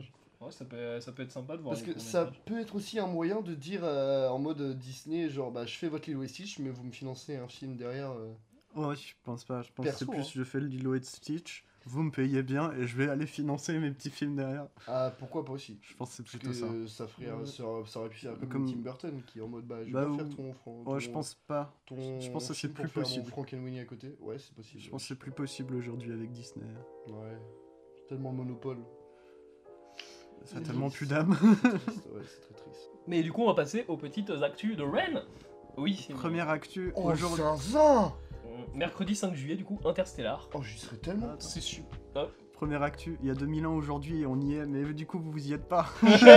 Ouais, ça peut être sympa de voir. Parce les que ça courts-métrages. peut être aussi un moyen de dire en mode Disney, genre bah je fais votre Lilo et Stitch, mais vous me financez un film derrière. Ouais, je pense pas. Je pense que c'est Perso, plus hein. je fais le Lilo et Stitch, vous me payez bien et je vais aller financer mes petits films derrière. Ah, pourquoi pas aussi. Je pense que c'est Parce plutôt ça. que ça ferait, Ouais. ça aurait pu faire comme, Comme- Tim Burton qui est en mode bah je vais Bah, pas faire ou- ton Ouais, je pense pas. ton je pense que c'est film plus pour faire mon possible. Frankenweenie à côté. Ouais, c'est possible. Je pense que c'est plus possible aujourd'hui avec Disney. Ouais. Tellement monopole. Ça a C'est tellement triste. plus d'âme. C'est triste, ouais, c'est très triste. Mais du coup, on va passer aux petites actus de Rennes. Oui, c'est Première actu Oh, aujourd'hui. zinzin. mercredi 5 juillet, du coup, Interstellar. Oh, j'y serais tellement. Attends. C'est super. Première actu, il y a 2000 ans aujourd'hui et on y est, mais du coup vous y êtes pas.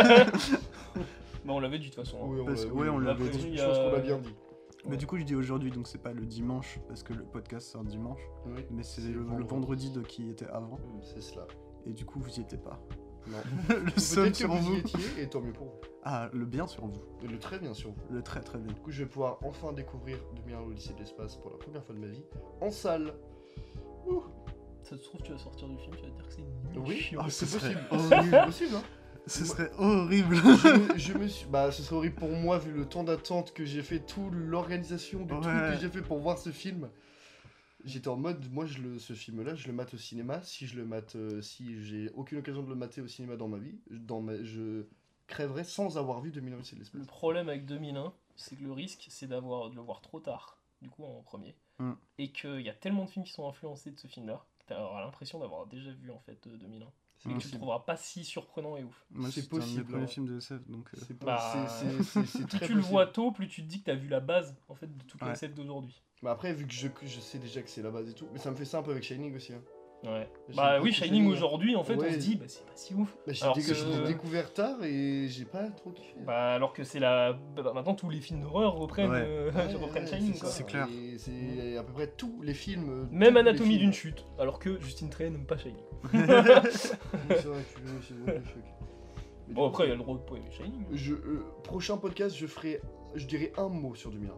Bah, on l'avait dit de toute façon. hein. Oui, Parce- l'a- ouais, on l'a l'avait prévenu, dit. Je pense qu'on l'a bien dit. Mais du coup je dis aujourd'hui, donc c'est pas le dimanche, parce que le podcast sort dimanche, Oui. mais c'est C'est le vendredi. vendredi de qui était avant, C'est cela. et du coup vous y étiez pas. Non. Le seum Peut-être que sur vous y vous. étiez, et tant mieux pour vous. Ah, le bien sur vous. Et le très bien sur vous. Le très très bien. Du coup, je vais pouvoir enfin découvrir 2001 l'Odyssée de l'espace pour la première fois de ma vie en salle. Ouh. Ça se trouve, tu vas sortir du film, tu vas te dire que c'est nul. Oui, chiant. Ah, c'est ce serait possible. horrible. C'est possible, hein. Ce serait horrible. Je me suis. Bah, ce serait horrible pour moi vu le temps d'attente que j'ai fait, toute l'organisation du truc Ouais. que j'ai fait pour voir ce film. J'étais en mode, moi, ce film-là, je le mate au cinéma. Si je le mate, si j'ai aucune occasion de le mater au cinéma dans ma vie, je crèverais sans avoir vu 2001 l'Odyssée de l'espace. Le problème avec 2001, c'est que le risque, c'est de le voir trop tard, du coup, en premier. Mm. Et qu'il y a tellement de films qui sont influencés de ce film-là, que tu auras l'impression d'avoir déjà vu, en fait, 2001. C'est Et que tu le possible. trouveras pas si surprenant et ouf. Moi C'est c'était un de mes possible, premiers hein. films de SF, donc... C'est Bah, c'est Plus très tu le vois possible. tôt, plus tu te dis que tu as vu la base, en fait, de toute la Ouais. SF d'aujourd'hui. Bah après, vu que je sais déjà que c'est la base et tout, mais ça me fait ça un peu avec Shining aussi. Hein. Ouais. J'aime Bah beaucoup oui, Shining Shining, aujourd'hui, en fait, on Ouais. se dit, bah c'est pas si ouf. Bah, Alors j'ai que- j'ai découvert tard et j'ai pas trop kiffé. Bah alors que c'est la... Bah, maintenant, tous les films d'horreur reprennent, Ouais. reprennent Shining, quoi. C'est clair. Et c'est à peu près tous les films. Même tous les Anatomie films. d'une chute, alors que Justine Triet n'aime pas Shining. Oui, c'est vrai que tu veux, c'est vrai, choc. Mais Bon, du après, il coup, y a le droit de pas aimer Shining. prochain podcast, je dirai un mot sur 2001.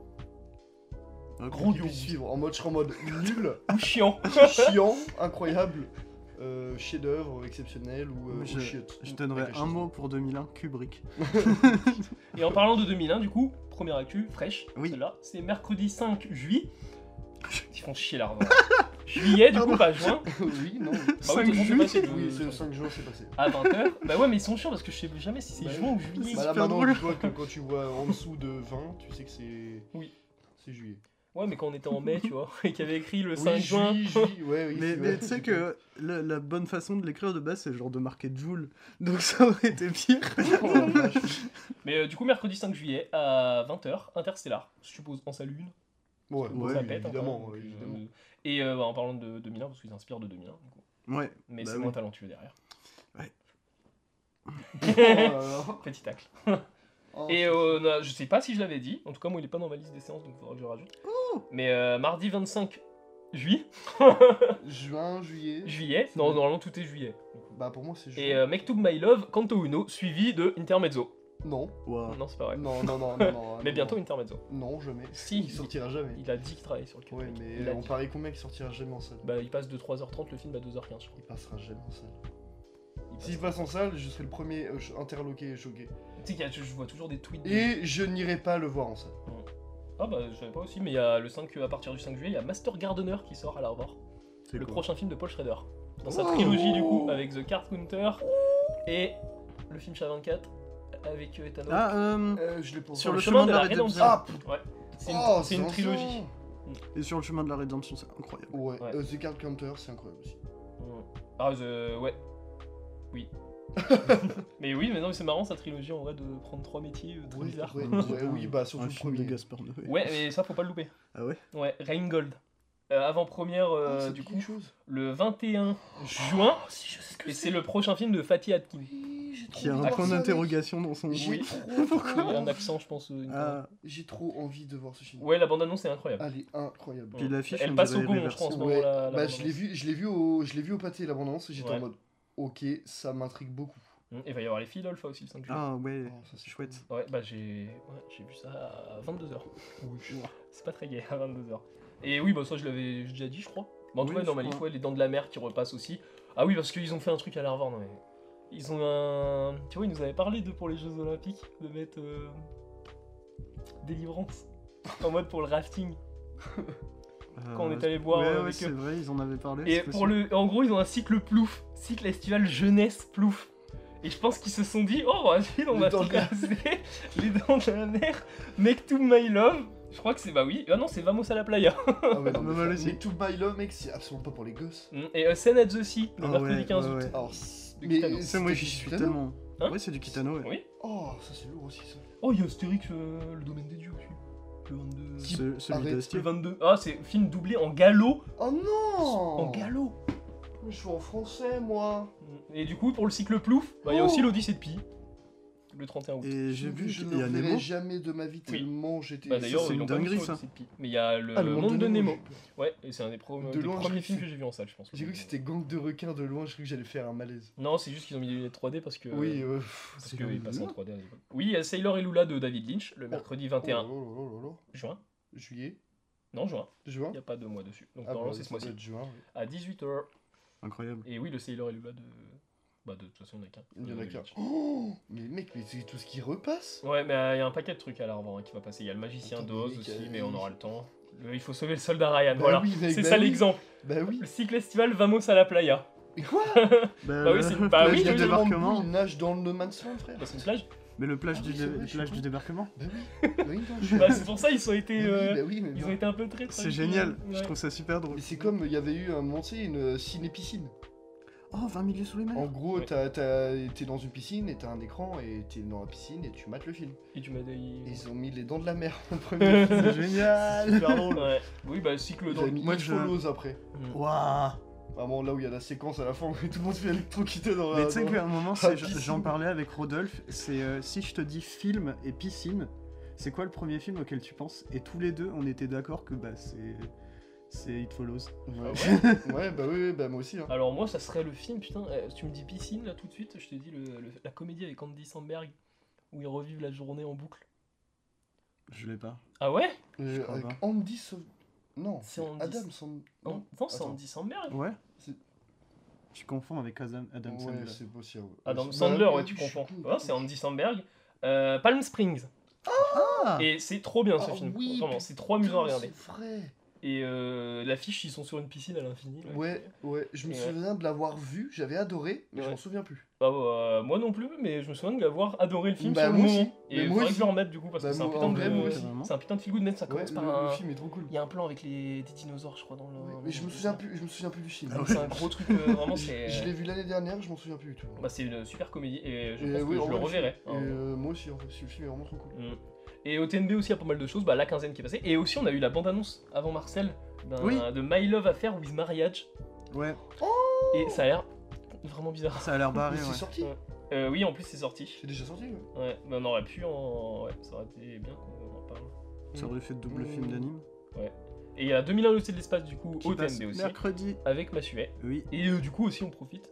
Ok. Gros Qui Dieu. puisse suivre. En mode, je serai en mode nul, Ou chiant. chiant, incroyable, chef-d'œuvre, exceptionnel ou Je- chiotte. Je donnerais Quelque un chose. mot pour 2001, Kubrick. Et en parlant de 2001, du coup, première actu, fraîche, Oui. celle-là, c'est mercredi 5 juillet. Ils font chier l'argent. Juillet, du coup, pas juin. Oui, non. Bah oui, 5 de toute façon, c'est juillet. passé, Oui, le- c'est le 5 jours, c'est passé. à 20h. Bah ouais, mais ils sont chiants parce que je sais jamais si c'est Bah juin ou juillet. Bah là super maintenant, drôle. tu vois que quand tu vois en dessous de 20, tu sais que c'est. Oui. C'est juillet. Ouais, mais quand on était en mai, tu vois, et qu'il y avait écrit le 5 Oui, juin. juillet, ouais, oui. Mais, c'est mais vrai. tu sais que la bonne façon de l'écrire de base, c'est genre de marquer Joule. Donc ça aurait été pire. Oh la vache. Mais du coup, mercredi 5 juillet à 20h, Interstellar, je suppose en salle 1. Ouais, Ouais, ça oui, pète, évidemment, encore, donc, évidemment. Et bah, en parlant de 2001, parce qu'ils s'inspirent de 2001, du coup. Ouais. Mais Bah c'est oui. moins talentueux derrière. Oh là là. Petit tacle. Oh, Et je sais pas si je l'avais dit, en tout cas moi il est pas dans ma liste des séances donc il faudra que je le rajoute. Mais mardi 25 juillet, Juin, juillet. juillet, non normalement tout est juillet. Bah pour moi c'est juin. Et Mektoub My Love, Canto Uno, suivi de Intermezzo. Non. Wow. Non c'est pas vrai. Non. Mais non, bientôt non. Intermezzo. Non, jamais. Si, Il sortira jamais. il a dit qu'il travaillait sur le Ouais, Kubrick. mais Il a on dit. parie combien qu'il sortira jamais en salle. Bah il passe de 3h30 le film à 2h15 je crois. Il passera jamais en salle. Il passe- S'il passe en salle, je serai le premier interloqué et choqué. Tu sais qu'il y a- je vois toujours des tweets. Et je n'irai pas le voir en salle. Ah bah je savais pas aussi, mais il y a le 5, à partir du 5 juillet, il y a Master Gardener qui sort à la revoir. C'est Le quoi prochain film de Paul Schrader. Dans sa Oh. trilogie du coup, avec The Card Counter et le film Chat 24 avec Ethan Hawke. Ah, Je l'ai pas Sur le le chemin chemin de de la la rédemption. rédemption. Ah, Ouais, c'est une, oh, c'est une zinzin. trilogie. Et sur le chemin de la rédemption, c'est incroyable. Ouais, Ouais. The Card Counter, c'est incroyable aussi. Ah, ouais. Oui. Mais oui, mais non, mais c'est marrant sa trilogie en vrai de prendre 3 métiers très Ouais, bizarres. ouais, oui, bah surtout Un le film de premier. Gaspard Noé. Ouais, mais ça faut pas le louper. Ah ouais Ouais, Rheingold. Avant-première Ah, ça du dit coup quelque chose. le 21 juin. Si, je sais ce que Et c'est le prochain film de Fatih Akin. Oui, j'ai trop Qui a envie un de voir point ça, mec. d'interrogation dans son... J'ai Oui. trop, Il y a un accent, je pense. Ah, j'ai trop envie de voir ce film. Ouais, la bande-annonce est incroyable. Elle est incroyable. Puis l'affiche, Elle on passe au dirait Gaumont, je crois, en ce moment. Ouais, la bah je bande-annonce. l'ai vu au pâté la bande-annonce et j'étais Ouais. en mode ok, ça m'intrigue beaucoup. Et il va y avoir les filles d'Olpha aussi le 5 juillet. ah ouais, Oh, ça, c'est chouette. Ouais, bah j'ai vu ça à 22h. C'est pas très gai à 22h. Et oui, bah ça je l'avais déjà dit, je crois. Bah, en tout Oui, cas, je dans ma crois. liste, ouais, les Dents de la Mer qui repassent aussi. Ah oui, parce qu'ils ont fait un truc à l'Harvard, non mais. ils ont un... Tu vois, ils nous avaient parlé pour les Jeux Olympiques, de mettre Délivrance en mode pour le rafting. Quand on est allé voir ouais, avec ouais, c'est eux. vrai, ils en avaient parlé. Et c'est pour possible. en gros, ils ont un cycle plouf, cycle estival jeunesse plouf. Et je pense qu'ils se sont dit, oh, vas-y, on Les va dents de la- tracer les dents de la mer, Make to My Love. Je crois que c'est, bah oui, ah non, c'est Vamos à la Playa. Ah ouais, non, Pas mal mais, aussi. mais To My Love, mec, c'est absolument pas pour les gosses. Et Sen at the Sea, le Ah mercredi ouais, 15 ouais, août. ouais. Alors, De Kitano. Ça, moi, c'était j'y du suis Kitano. tellement. Hein Ouais, c'est du Kitano, ouais. Oui. Oh, ça c'est lourd aussi, ça. Oh, il y a Astérix, le domaine des dieux aussi. Le 22. Celui Arrête. d'Astier. Le 22. Ah, c'est film doublé en gallo. Oh non En gallo. Je suis en français, moi. Et du coup, pour le cycle plouf, bah, il y a Oh. aussi l'Odyssée de Pi. Le 31 août. Et j'ai vu je qu'il ne y a le verrai Nemo. jamais de ma vie Oui. tellement j'étais. Bah d'ailleurs, c'est ils une l'ont pas mis dinguerie, sur ça. l'Odyssée de Pi. Mais il y a le Ah, monde de Nemo. j'ai peur. Ouais, et c'est un des, De des loin, premiers j'ai films cru- que j'ai vu en salle, je pense. J'ai cru que c'était gang de requins de loin, j'ai cru que j'allais faire un malaise. Non, c'est juste qu'ils ont mis des lunettes 3D parce que. Oui, Parce C'est qu'ils le passaient en Lula 3D à l'époque. Oui, il y a Sailor et Lula de David Lynch, le mercredi 21 Oh, juin. Juillet, Non, juin. juin. Il n'y a pas de mois dessus. Donc Ah, normalement, bah, c'est ce ça doit mois-ci. être juin, oui. À 18h. Incroyable. Et oui, le Sailor et Lula de. Bah, de toute façon, il n'y en a qu'un. Il y en a David qu'un. Lynch. Oh, mais mec, mais c'est tout ce qui repasse. Ouais, mais il y a un paquet de trucs à l'arbre hein, qui va passer. Il y a le magicien Attends, d'Oz mais mec, aussi, mais on aura le temps. Il faut sauver le soldat Ryan, Bah voilà. oui, mec, C'est bah ça oui. l'exemple. Bah oui. Le cycle estival Vamos à la Playa. Mais quoi Bah oui, c'est bah Il oui, y a oui, tellement de débarquement. boue, il nage dans le No Man's Land, frère. bah, c'est une plage. Mais le plage, Ah du, oui, c'est vrai, je suis plage con. du débarquement, Bah oui. Bah oui, non, je- Bah, c'est pour ça ils ont été, Bah oui, mais ils non. ont été un peu très. c'est génial. Ouais. Je trouve ça super drôle. Mais c'est comme, il y avait eu un moment, tu sais, une ciné-piscine. Oh, 20 milieux sous les mers. En gros, Ouais. t'es dans une piscine et t'as un écran et t'es dans la piscine et tu mates le film. Et tu m'as Et dit. ils ont mis les dents de la mer en premier film. C'est génial. Super drôle. Ouais. Oui, bah cycle Ils dans. avaient mis Moi, It je- Follows après. Mm. Waouh. Vraiment là où il y a la séquence à la fin où tout le monde se fait électrocuter dans la. Mais tu sais dans- qu'à un moment, Ah, j'en piscine. parlais avec Rodolphe, c'est si je te dis film et piscine, c'est quoi le premier film auquel tu penses? Et tous les deux, on était d'accord que bah c'est It Follows. Ouais. Ouais, bah oui, bah moi aussi. Hein. Alors moi, ça serait le film, putain. Tu me dis piscine là tout de suite, je te dis la comédie avec Andy Samberg où ils revivent la journée en boucle. Je l'ai pas. Ah ouais? Je crois Avec pas. Andy Non, C'est Andy- Adam Sand... Non, Non, c'est attends. Andy Samberg. Ouais. C'est- Tu confonds avec Adam Ouais, Sandler. c'est possible. Adam Bah Sandler, oui, ouais, tu je suis confonds. con. Ouais, c'est Andy Samberg. Palm Springs. Ah. Et c'est trop bien ce Ah film. oui, Vraiment, c'est trop amusant à Putain, regarder. C'est vrai. Et l'affiche, ils sont sur une piscine à l'infini. là. Ouais, ouais, je me Et souviens de l'avoir vu, j'avais adoré, mais je Ouais. m'en souviens plus. Bah, moi non plus, mais je me souviens d'avoir adoré le film Bah, sur le moi moment. aussi. Et Mais il moi faudrait que aussi. je le remette du coup parce Bah, que c'est un moi, putain en vrai, moi de. aussi. C'est un putain de feel good net, ça Ouais, commence par le un. film est trop cool. Il y a un plan avec des dinosaures, je crois, dans le. Mais je me souviens plus du film. C'est un gros truc, vraiment, c'est. Je l'ai vu l'année dernière, je m'en souviens plus du tout. Bah, c'est une super comédie et je Et pense oui, que en je le vrai, reverrai. Et moi aussi, en fait, le film est vraiment trop cool. Mm. Et au TNB aussi, il y a pas mal de choses. Bah, la quinzaine qui est passée. Et aussi, on a eu la bande-annonce avant Marcel Oui. de My Love Affair with Marriage. Ouais, Et ça a l'air vraiment bizarre. ça a l'air barré, Mais c'est ouais. sorti Ouais. Oui, en plus, c'est sorti. C'est déjà sorti, ouais. Ouais, mais on aurait pu en. Ouais, ça aurait été bien qu'on en parle. Ça aurait fait de double film d'anime. Et il y a 2001 l'Odyssée de l'espace, du coup, Qui au passe TNB aussi. mercredi. Avec Massuet. Oui, Et du coup, aussi, on profite.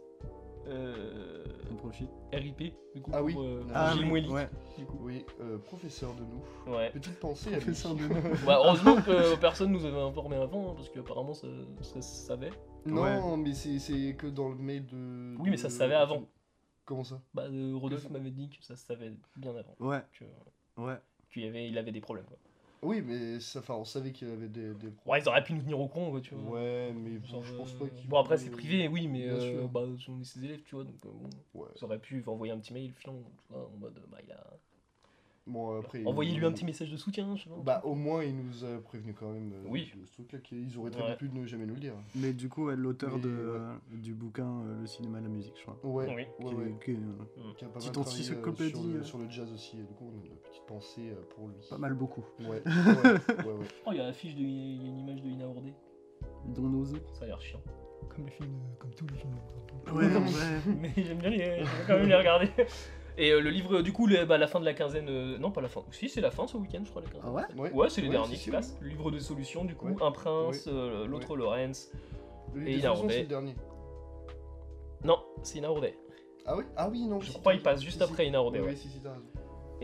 on profite. RIP, du coup, Ah oui. pour Ah Gilles oui, Moelly. ouais. Du coup. Oui, professeur de nous. Ouais. Petite pensée à lui. Professeur de Bah, heureusement que personne nous avait informé avant, hein, parce qu'apparemment ça se savait. Non, mais c'est que dans le mail de. Oui, mais ça de- se savait avant. Comment ça Bah, Rodolphe Que- m'avait dit que ça se savait bien avant. Ouais, Que- ouais. il avait des problèmes. Quoi. Oui, mais ça, enfin, on savait qu'il y avait des. Ouais, ils auraient pu nous tenir au courant, quoi, tu vois. Ouais, mais bon, Genre, je pense pas qu'ils. Bon, après, c'est privé, oui, mais Bien sûr. bah, on est ses élèves, tu vois, donc bon, Ouais. ils auraient pu envoyer un petit mail filant, tu vois, en mode, bah, il a. Bon, après. Envoyez-lui un petit message de soutien, je sais pas. Bah, au moins, il nous a prévenu quand même Oui. de ce truc-là, qu'ils auraient très Ouais. bien pu ne jamais nous le dire. Mais du coup, ouais, l'auteur Mais, du bouquin Le cinéma et la musique, je crois. Ouais, Oui. ouais, Qui est- ouais. qui est, Qui a pas Petite mal travaillé encyclopédie, sur le jazz aussi, et du coup, on a une petite pensée pour lui. pas mal beaucoup. Ouais, ouais, ouais. Oh, il y a l'affiche de. Il y a une image de Ina Ordé. Dont nos os. Ça a l'air chiant. Comme les films, comme tous les films. Ouais, ouais. Mais j'aime bien j'aime quand même les regarder. Et le livre, du coup, la fin de la quinzaine. Non, pas la fin. Si, c'est la fin ce week-end, je crois, la quinzaine. Ah ouais? Ouais, c'est les Ouais, derniers si, qui oui. passent. Le livre de solutions, du coup, Ouais. un prince, Ouais. l'autre Ouais. Lorenz. Le Et livre il de a solutions, Roubaix. c'est le dernier. Non, c'est Ina Ordé. Ah oui? Ah oui, non. Je si, crois si, il passe si, juste si. après Ina Ordé. Ouais, Ouais. ouais, si, t'as raison.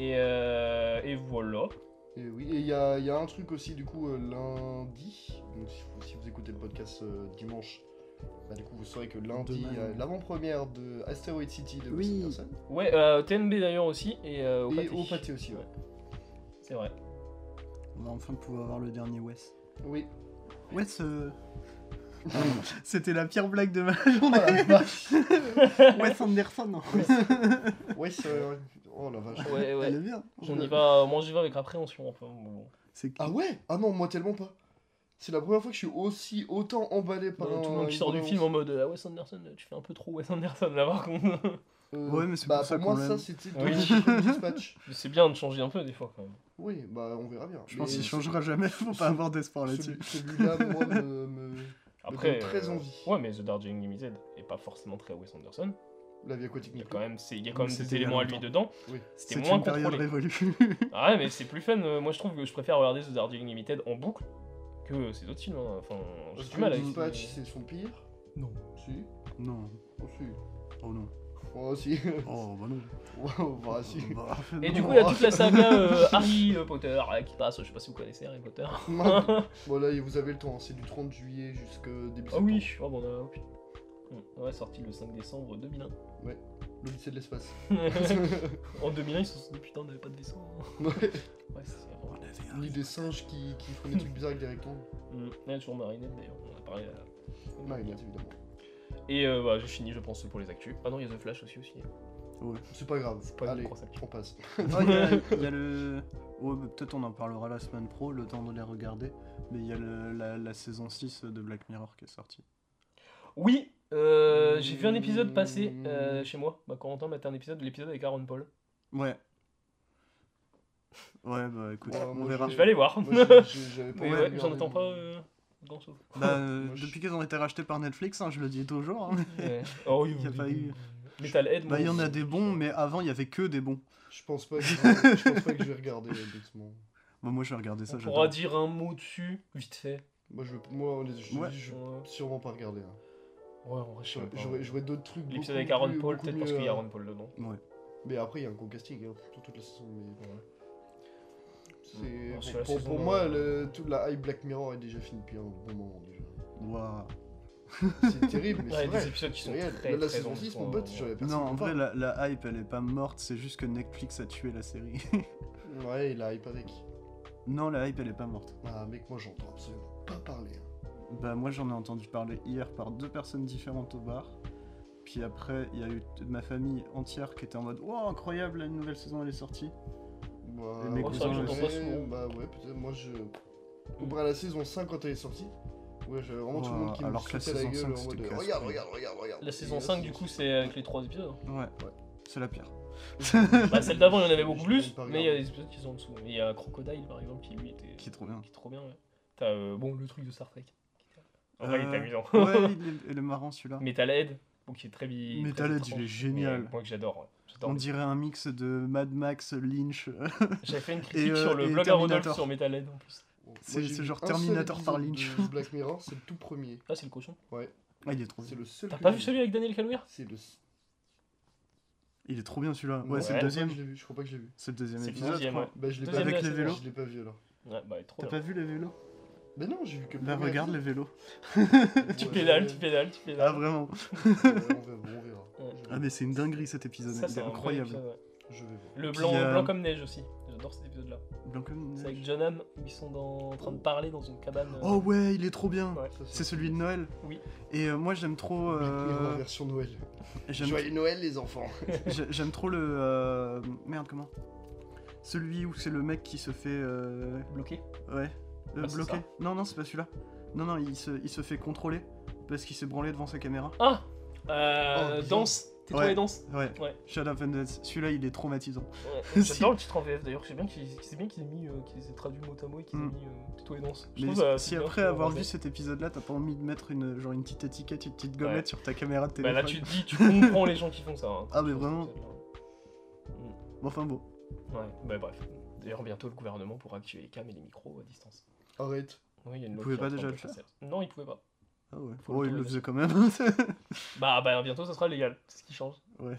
Et voilà. Et oui, et il y a un truc aussi, du coup, lundi. Donc, si vous écoutez le podcast dimanche, Bah, du coup, vous saurez que lundi, il y Demain. a l'avant-première de Asteroid City de Wes Oui. Anderson. Ouais, TNB d'ailleurs aussi, et au Et pâté. au pâté aussi, ouais. C'est vrai. On va enfin pouvoir voir le dernier Wes. Oui. Wes, c'était la pire blague de ma Oh journée. la vache. Wes Anderson. Ouais, oh la vache. Ouais, Elle ouais. est bien. Moi j'y vais avec appréhension. Enfin, bon. C'est Ah ouais? Ah non, moi tellement pas. C'est la première fois que je suis autant emballé par Tout le monde qui sort du film en mode Wes Anderson, tu fais un peu trop Wes Anderson là par contre. Ouais, mais c'est bah, pour ça pour moi, qu'on ça l'aime. c'était Oui. Tokyo Dispatch. Mais c'est bien de changer un peu des fois quand même. Oui, bah on verra bien. Je pense Mais qu'il changera jamais, faut pas avoir d'espoir là-dessus. Celui-là, moi, me Après, donne très envie. Ouais, mais The Darjeeling Limited est pas forcément très Wes Anderson. La vie aquatique. Il y a quand même, il y a quand même C'était des il y a éléments à lui longtemps. dedans. Oui. C'était C'est moins une période contrôlé. révolue. Ah ouais, mais c'est plus fun. Moi je trouve que je préfère regarder The Darjeeling Limited en boucle que ces autres films. Hein. Enfin, j'ai Parce du que mal avec. Dispatch, c'est son pire. Non. Si. Non. Oh si. Oh non. Oh si. Oh bah non. Oh, bah si. Bah, Et non. du coup, il y a toute la saga Harry Potter qui passe. Je sais pas si vous connaissez Harry Potter. Bon là, vous avez le temps, c'est du 30 juillet jusqu'au début Ah septembre. oui, oh, bon, ok. Ouais, sorti le 5 décembre 2001. L'Odyssée de l'espace. En 2001, ils se sont dit putain, on n'avait pas de vaisseau. Ouais. Ouais, c'est On avait un- Ni des singes qui font des trucs bizarres avec des rectangles. Il y a toujours Marinette d'ailleurs, on en a parlé. Marinette, évidemment. Et bah, j'ai fini, je pense, pour les actus. Ah non, il y a The Flash aussi. C'est pas grave. pas une Allez, grosse actu. on passe. Ah, il y a le. Ouais, bah, peut-être on en parlera la semaine pro, le temps de les regarder. Mais il y a la saison 6 de Black Mirror qui est sortie. Oui, j'ai vu un épisode passer chez moi. Bah, Corentin mettait un épisode, l'épisode avec Aaron Paul. Ouais. Ouais, bah écoute, Ouais, on moi, verra. Je vais aller voir. Moi, j'avais pas Mais envie ouais, de j'en regarder. attends pas grand chose. Bah, Moi, je- depuis qu'ils ont été rachetés par Netflix, hein, je le dis toujours. Hein. Oh, oui, Il y a pas eu. Metalhead, Bah, il y en a des bons, mais avant, il y avait que des bons. Je pense pas que je vais regarder honnêtement. Bah, moi, je vais regarder ça, On j'adore. pourra dire un mot dessus, vite fait. Moi, je Ouais. vais Ouais, sûrement pas regarder. Hein. en vrai, je sais pas. J'aurais d'autres trucs. L'épisode beaucoup avec Aaron plus- Paul, beaucoup peut-être parce mieux, qu'il y a Aaron Paul dedans. Ouais. Mais après, il y a un gros casting hein, pour toute la saison. Mais bon, Non, c'est sur la pour saison, moi, toute la hype Black Mirror est déjà finie depuis un bon moment déjà. Waouh. C'est terrible, mais Ouais, c'est des vrai. épisodes qui sont C'est réel. très, Là, la très saison 6, enfants, mon pote, j'avais personne Non, en qui vrai, parle. la hype, elle est pas morte, c'est juste que Netflix a tué la série. Ouais, il a hype avec. Non, la hype, elle est pas morte. Ah, mec, moi, j'entends absolument pas parler. Hein. Bah, moi, j'en ai entendu parler hier par 2 personnes différentes au bar. Puis après, il y a eu ma famille entière qui était en mode « Oh, incroyable, la nouvelle saison, elle est sortie Bah, mes Oh, c'est vrai que cousins j'entends pas souvent. Bah, ouais, peut-être. Moi, comparé à la saison 5 quand elle est sortie, ouais, j'avais vraiment tout le monde qui Alors me que la sautait la saison gueule 5, en mode c'était regarde, casse-couille. regarde. La saison Et 5, là, du coup, c'est avec les 3 épisodes. ». Ouais, c'est la pire. Bah, celle d'avant, il y en avait beaucoup Je plus, l'ai pas mais il y a regardé. des épisodes qui sont en dessous. Et il y a Crocodile, par exemple, qui lui était. Qui est trop bien. Qui est trop bien, ouais. T'as bon, le truc de Star Trek. En vrai, il est amusant. Ouais, il est marrant celui-là. Metalhead, bon, qui est très Metalhead, très il est étrange, génial. mais moi que j'adore, ouais. J'adore. On dirait un mix de Mad Max, Lynch. J'avais fait une critique Et, sur le et blog à Rodolphe Terminator. sur Metalhead en plus. Bon, C'est- moi, j'ai c'est vu genre un seul Terminator par épisode Lynch. de Black Mirror, c'est le tout premier. Ah, c'est le cochon. Ah, il est trop bien. C'est le seul. T'as que pas j'ai vu celui avec Daniel Kaluuya? C'est le. Il est trop bien celui-là. Non, Ouais, c'est le je deuxième. crois que je l'ai vu, je crois pas que je l'ai vu. C'est le deuxième C'est le épisode, deuxième, je crois. Bah, je l'ai Deuxième pas Avec de la les saison. vélos. Je l'ai pas vu alors. Ouais, bah, il est trop T'as bien. pas vu les vélos Mais non, j'ai vu que le Bah, premier regarde les épisode. vélos. Tu Ouais, pédales, ouais. tu pédales, tu Ah, pédales. vraiment. On verra. Ouais. Ah, mais c'est une dinguerie cet épisode. Ça, Il c'est est un vrai incroyable. épisode, ouais. Je vais voir. Le Puis, blanc comme neige aussi. J'adore cet épisode-là. Blanc comme C'est neige. avec John Hamm où ils sont en train de parler dans une cabane. Oh ouais, il est trop bien. Ouais. Ça, C'est celui de Noël. Oui. Et moi j'aime trop. Black Mirror version Noël. J'aime Joyeux Noël, les enfants. j'aime trop le. Merde, comment Celui où c'est le mec qui se fait. Bloqué. Ouais. Ah, c'est bloqué. ça. Non, non, c'est pas celui-là. Non, il se fait contrôler parce qu'il s'est branlé devant sa caméra. Ah Oh, Danse. T'es Ouais. trouvé Danse. Ouais. Ouais. Shut up and dance. Celui-là, il est traumatisant. Ouais. J'adore le titre en VF d'ailleurs. C'est bien qu'ils aient mis, qu'ils aient traduit mot à mot et qu'ils aient Mm. mis Tais-toi et danse. Je Mais trouve, c'est si bien, après c'est avoir bien vu fait. cet épisode-là, t'as pas envie de mettre une petite étiquette, une petite gommette Ouais. sur ta caméra de Bah téléphone. là tu te dis, tu comprends les gens qui font ça. Hein, Ah, mais Sur cet vraiment. épisode-là. Bon, enfin bon. Ouais, bah bref. D'ailleurs bientôt le gouvernement pourra activer les cams et les micros à distance. Arrête. Oui, il y a une loi pouvait qui est pas en train déjà de le faire passer. Non, il pouvait pas. Ah ouais. Faut Oh, il le l'autoriser. faisait quand même. Bah bientôt ça sera légal, c'est ce qui change. Ouais.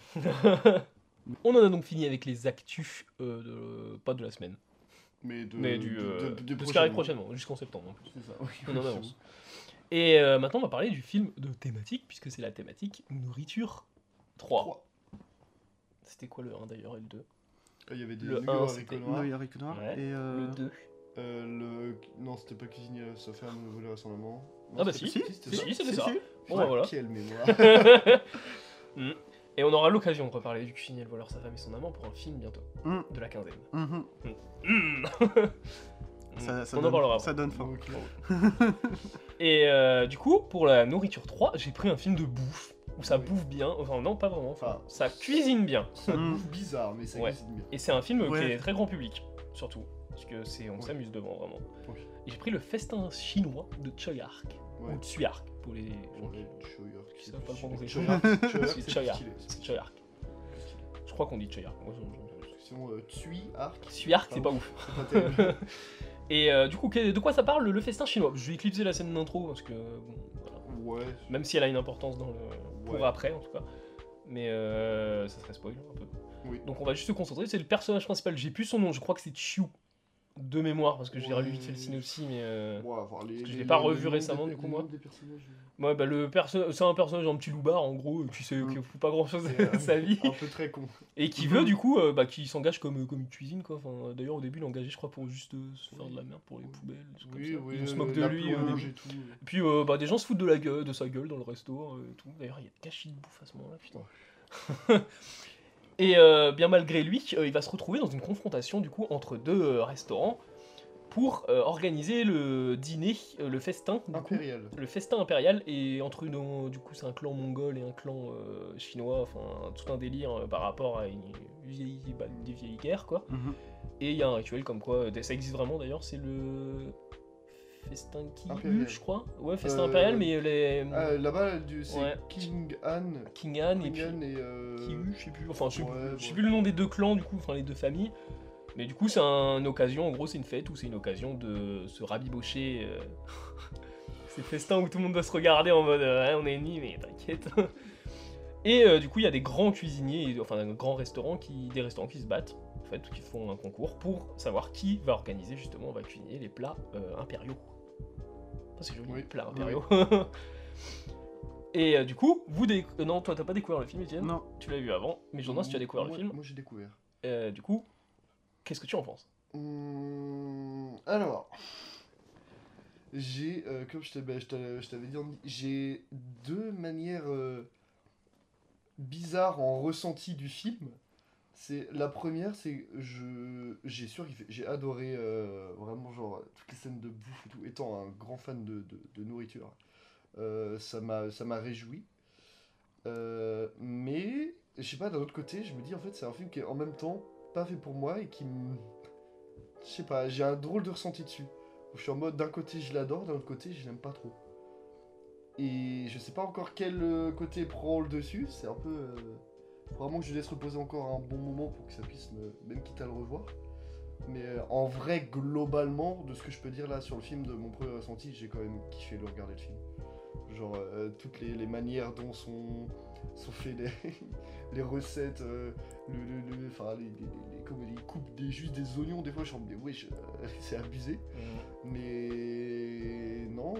On en a donc fini avec les actus pas de la semaine, Mais mais de ce qui prochainement. arrive prochainement, jusqu'en septembre en plus. C'est ça. Oui, On en avance. Et maintenant, on va parler du film de thématique, puisque c'est la thématique nourriture 3. C'était quoi le 1 d'ailleurs et le 2? Il y avait des Le nuggets 1, haricots c'était- noirs. Oui, haricots noirs. Ouais. Et Le 2. Non, c'était pas cuisinier, sa femme volait à son amant. Non, Ah bah c'était si, pas- c'était si, ça. c'était ça. Bon, Ouais, bah, voilà. Quelle mémoire. Mm. Et on aura l'occasion de reparler du cuisinier, le voleur, sa femme et son amant pour un film bientôt, Mm. de la quinzaine. Mhm. Mm. Ça On en donne- parlera Ça après. donne faim. Ok. Et du coup, pour la nourriture 3, j'ai pris un film de bouffe, où ça Oui. bouffe bien, enfin non, pas vraiment, Enfin, ça cuisine bien. Ça Mm. bouffe bizarre, mais ça Ouais. cuisine bien. Et c'est un film Ouais. qui est très grand public, surtout, parce que on Oui. s'amuse devant, vraiment. Oui. Et j'ai pris le festin chinois de Choi Ark, Ouais. ou Tsui Ark, pour les gens Ouais, Choyark, qui c'est savent pas plus le prononcer. stylé. Choyark, C'est c'est Choyark. plus stylé, C'est Choi Ark. plus stylé. Je crois qu'on dit Choi Ark. Moi, Sinon, Tsui Ark. Tsui Ark, c'est Ah pas oui. ouf. C'est pas terrible. Et du coup, de quoi ça parle le festin chinois? Je vais éclipser la scène d'intro parce que, bon, voilà. Ouais. Même si elle a une importance dans le pour Ouais. après en tout cas. Mais ça serait spoil un peu. Oui. Donc on va juste se concentrer. C'est le personnage principal. J'ai plus son nom. Je crois que c'est Chiu de mémoire parce que j'ai Ouais. relu vite fait le synopsis, mais Ouais, voir les. Parce que je les- l'ai pas les revu noms récemment, des- du coup, les moi. noms des personnages, ouais, bah c'est un personnage un petit loupard en gros qui sait Mm. qui fout pas grand chose C'est, de sa vie Un peu très con. et qui veut du coup qui s'engage comme une cuisine quoi. Enfin, d'ailleurs au début il est engagé je crois pour juste se faire de la merde pour les poubelles. Des trucs Oui, comme ça. oui. Ils se moquent de la lui au plonge début. et tout. Et puis des gens se foutent de sa gueule dans le resto et tout. D'ailleurs, il y a des gâchis de bouffe à ce moment-là, putain. Et bien malgré lui, il va se retrouver dans une confrontation du coup entre deux restaurants pour organiser le dîner, le festin, du coup, Impérial. le festin impérial. Et entre du coup, c'est un clan mongol et un clan chinois, enfin tout un délire par rapport à des vieilles guerres quoi. Mhm. Et il y a un rituel comme quoi, ça existe vraiment d'ailleurs, c'est le festin Ki Impérial. je crois. Ouais, festin Euh, impérial, mais les Là-bas, c'est Ouais. King Han. King Han et King puis Han et. Ki je sais plus. Enfin, je sais ouais, plus- je ouais. sais plus le nom des deux clans du coup, enfin les deux familles. Mais du coup, c'est une occasion, en gros, c'est une fête où c'est une occasion de se rabibocher. C'est festin où tout le monde doit se regarder en mode on est ennemis, mais t'inquiète. Et du coup, il y a des grands cuisiniers, enfin des restaurants qui se battent, en fait, qui font un concours pour savoir qui va organiser justement, va cuisiner les plats impériaux. Ça, c'est joli, Oui, les plats oui, impériaux. Et du coup, non, toi t'as pas découvert le film, Etienne. Non. Tu l'as vu avant, mais Jonas, tu as découvert le film. Moi, j'ai découvert. Du coup, qu'est-ce que tu en penses? Alors, j'ai, comme je t'avais dit, j'ai deux manières bizarres en ressenti du film. La première, c'est j'ai adoré vraiment genre toutes les scènes de bouffe et tout. Étant un grand fan de nourriture, ça m'a réjoui. Mais je sais pas, d'un autre côté, je me dis en fait c'est un film qui est en même temps pas fait pour moi et qui me... Je sais pas, j'ai un drôle de ressenti dessus. Je suis en mode d'un côté je l'adore, d'un autre côté je l'aime pas trop. Et je sais pas encore quel côté prend le dessus, c'est un peu... Vraiment que je laisse reposer encore un bon moment pour que ça puisse même quitte à le revoir. Mais en vrai, globalement, de ce que je peux dire là sur le film, de mon premier ressenti, j'ai quand même kiffé le regarder le film. Genre, toutes les manières dont sont fait les recettes, enfin, comme les coupes juste des oignons, des fois je me dis, oui, c'est abusé. Mais non,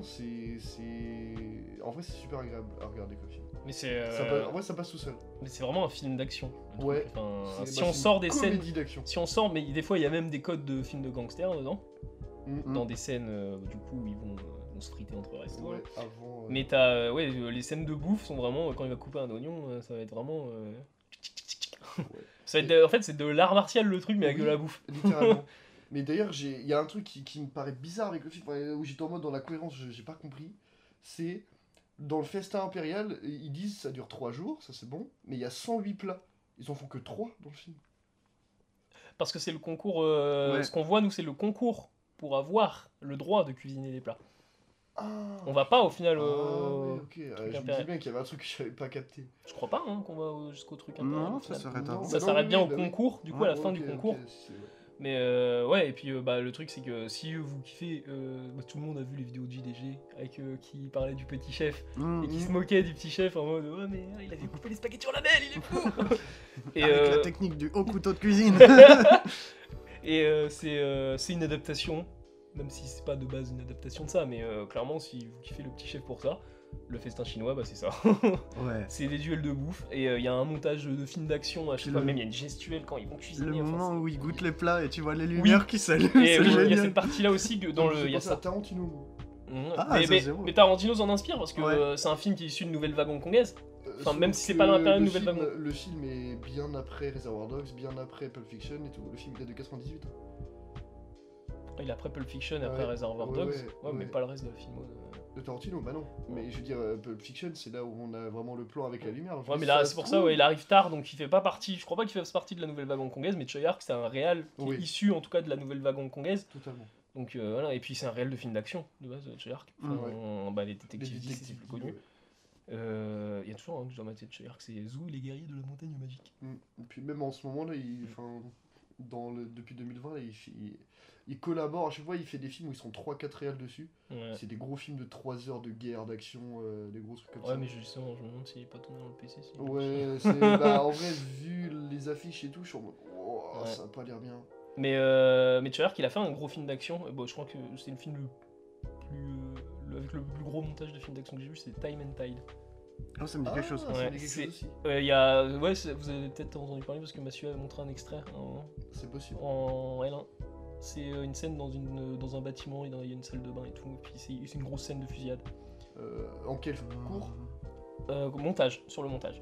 en vrai, c'est super agréable à regarder comme film. Mais c'est En vrai, ça passe tout seul. mais c'est vraiment un film d'action. le Ouais. truc. Enfin, si C'est on une sort des scènes, comédie d'action. si on sort, mais des fois il y a même des codes de films de gangsters dedans, Mm. dans des scènes du coup où ils vont se friter entre restos. Ouais, avant. Mais t'as les scènes de bouffe sont vraiment quand il va couper un oignon, ça va être vraiment. Ça va être en fait c'est de l'art martial le truc mais avec Oui. de la bouffe. Littéralement. Mais d'ailleurs, il y a un truc qui me paraît bizarre avec le film, où j'étais en mode dans la cohérence, j'ai pas compris. C'est dans le festin impérial, ils disent ça dure 3 jours, ça c'est bon, mais il y a 108 plats. Ils en font que 3 dans le film. Parce que c'est le concours. Ouais. Ce qu'on voit nous c'est le concours pour avoir le droit de cuisiner les plats. Ah, On va pas au final. ouais, ok. Je me impérial. disais bien qu'il y avait un truc que j'avais pas capté. Je crois pas qu'on va jusqu'au truc Non, impérial, au ça final. s'arrête Non, avant. Ça bah s'arrête non, bien oui, au bah oui. concours, du coup à la fin Ok, du ok, concours. c'est- Mais ouais, et puis le truc c'est que si vous kiffez, tout le monde a vu les vidéos de JDG avec qui parlait du petit chef Mhm. et qui se moquait du petit chef en mode ouais mais il avait coupé les spaghettis en lamelles, il est fou. Et, Avec la technique du haut couteau de cuisine. et c'est une adaptation même si c'est pas de base une adaptation de ça, mais clairement, si vous kiffez Le Petit Chef pour ça, Le Festin Chinois, bah c'est ça. Ouais. C'est des duels de bouffe, et il y a un montage de film d'action, je sais pas, même il y a une gestuelle quand ils vont cuisiner. Le enfin, moment c'est- où ils goûtent les plats et tu vois les lumières qui s'allument, Et c'est oui, il y a génial. cette partie-là aussi, que dans le... il y a ça. ça. Tarantino. Mhm. Ah, ça, c'est bon. mais Tarantino s'en inspire, parce que Ouais. C'est un film qui est issu de Nouvelle Vague hongkongaise. Enfin, Sauf même si c'est que pas dans la période le Nouvelle film- Vague. Le film est bien après Reservoir Dogs, bien après Pulp Fiction et tout. Le film il date de 98. Il est après Pulp Fiction, après Ouais, Reservoir ouais, Dogs. ouais, Mais ouais. pas le reste de la film. De Tarantino, bah non. Mais je veux dire, Pulp Fiction, c'est là où on a vraiment le plan avec la lumière. Donc, Ouais, mais ça là, se c'est pour ça, trouve- ouais, il arrive tard, donc il fait pas partie. Je crois pas qu'il fasse partie de la Nouvelle Vague hongkongaise, mais Choi Ark, c'est un réal qui Oui. est issu en tout cas de la Nouvelle Vague hongkongaise. Totalement. Donc voilà, et puis c'est un réel de film d'action de base, Choi Ark. Enfin, bah, les Les détectives 10, c'est plus connu. ouais. Il y a toujours un que je dois mater de Choi Ark, c'est Zou et les guerriers de la montagne magique. Et puis même en ce moment là, depuis 2020, là, il collabore. À chaque fois, il fait des films où ils sont 3-4 réals dessus. Ouais, C'est des gros films de 3 heures de guerre, d'action, des gros trucs comme ouais ça. mais justement, je me demande s'il est pas tombé dans le PC. Ouais, bah, en vrai, vu les affiches et tout, je suis en mode, oh, Ouais. ça a pas l'air bien. Mais Choi Ark, il a fait un gros film d'action. Bon, je crois que c'est le film avec le plus gros montage de film d'action que j'ai vu, c'est Time and Tide. Oh, ça me dit quelque chose. Ça Ouais, me dit quelque c'est- chose aussi. Vous avez peut-être entendu parler parce que Mathieu avait montré un extrait C'est possible. en L1. C'est une scène dans un bâtiment, il y a une salle de bain et tout, et puis c'est une grosse scène de fusillade. En quel cours Montage, sur le montage.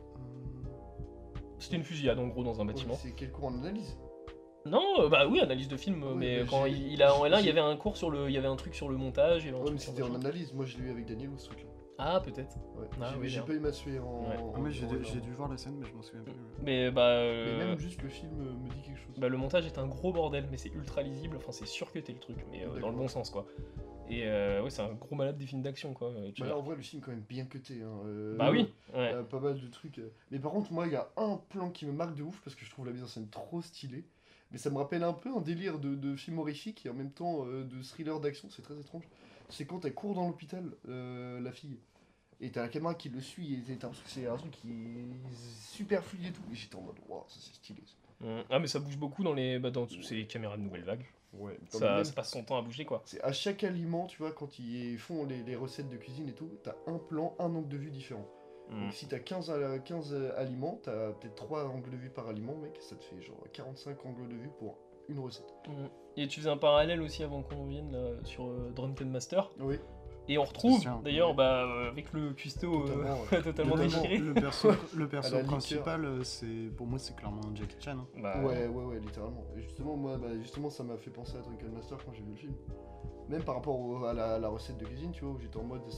C'était une fusillade en gros dans un bâtiment. C'est quel cours en analyse Non, bah oui, analyse de film, Oui, mais bah, quand j'ai- il a en L1, il y j'ai- avait un cours sur il y avait un truc sur le montage, il y avait un Ouais, truc mais sur c'était en machin. analyse. Moi, je l'ai eu avec Daniel ou ce truc-là. Ah, peut-être. Ouais. Ah, oui, J'ai bien. pas eu Mathieu en. Ouais. Ah, mais j'ai en- j'ai dû voir la scène, mais je m'en souviens plus. Mais bah, Mais même juste le film me dit quelque chose. bah, le montage est un gros bordel, mais c'est ultra lisible, enfin c'est surcuté le truc, mais dans D'accord. le bon sens quoi. Et ouais, c'est un gros malade des films d'action quoi. Bah là, en vrai, le film, quand même bien cuté. Hein. Bah oui, ouais. Pas mal de trucs. Mais par contre, moi, il y a un plan qui me marque de ouf parce que je trouve la mise en scène trop stylée. Mais ça me rappelle un peu un délire de film horrifique et en même temps de thriller d'action. C'est très étrange. C'est quand elle court dans l'hôpital, la fille. Et t'as la caméra qui le suit et t'as l'impression que c'est un truc qui est super fluide et tout. Et j'étais en mode, waouh, ça c'est stylé. Ça. Ah mais ça bouge beaucoup dans toutes ces caméras de nouvelle vague. Ouais, Ça passe son temps à bouger quoi. c'est à chaque aliment, tu vois, quand ils font les recettes de cuisine et tout, t'as un plan, un angle de vue différent. Donc si t'as 15 aliments, t'as peut-être 3 angles de vue par aliment, mec, ça te fait genre 45 angles de vue pour une recette. Et tu faisais un parallèle aussi avant qu'on vienne là, sur Drunken Master. Oui, Et on retrouve Tiens. d'ailleurs avec le cuistot Totalement, ouais. totalement Le- déchiré. Le perso, le perso À la liqueur. principal, pour moi, c'est clairement Jackie Chan. Hein. Bah, ouais, littéralement. Et justement, moi, justement, ça m'a fait penser à Drunken Master quand j'ai vu le film. Même par rapport à la recette de cuisine, tu vois, où j'étais en mode,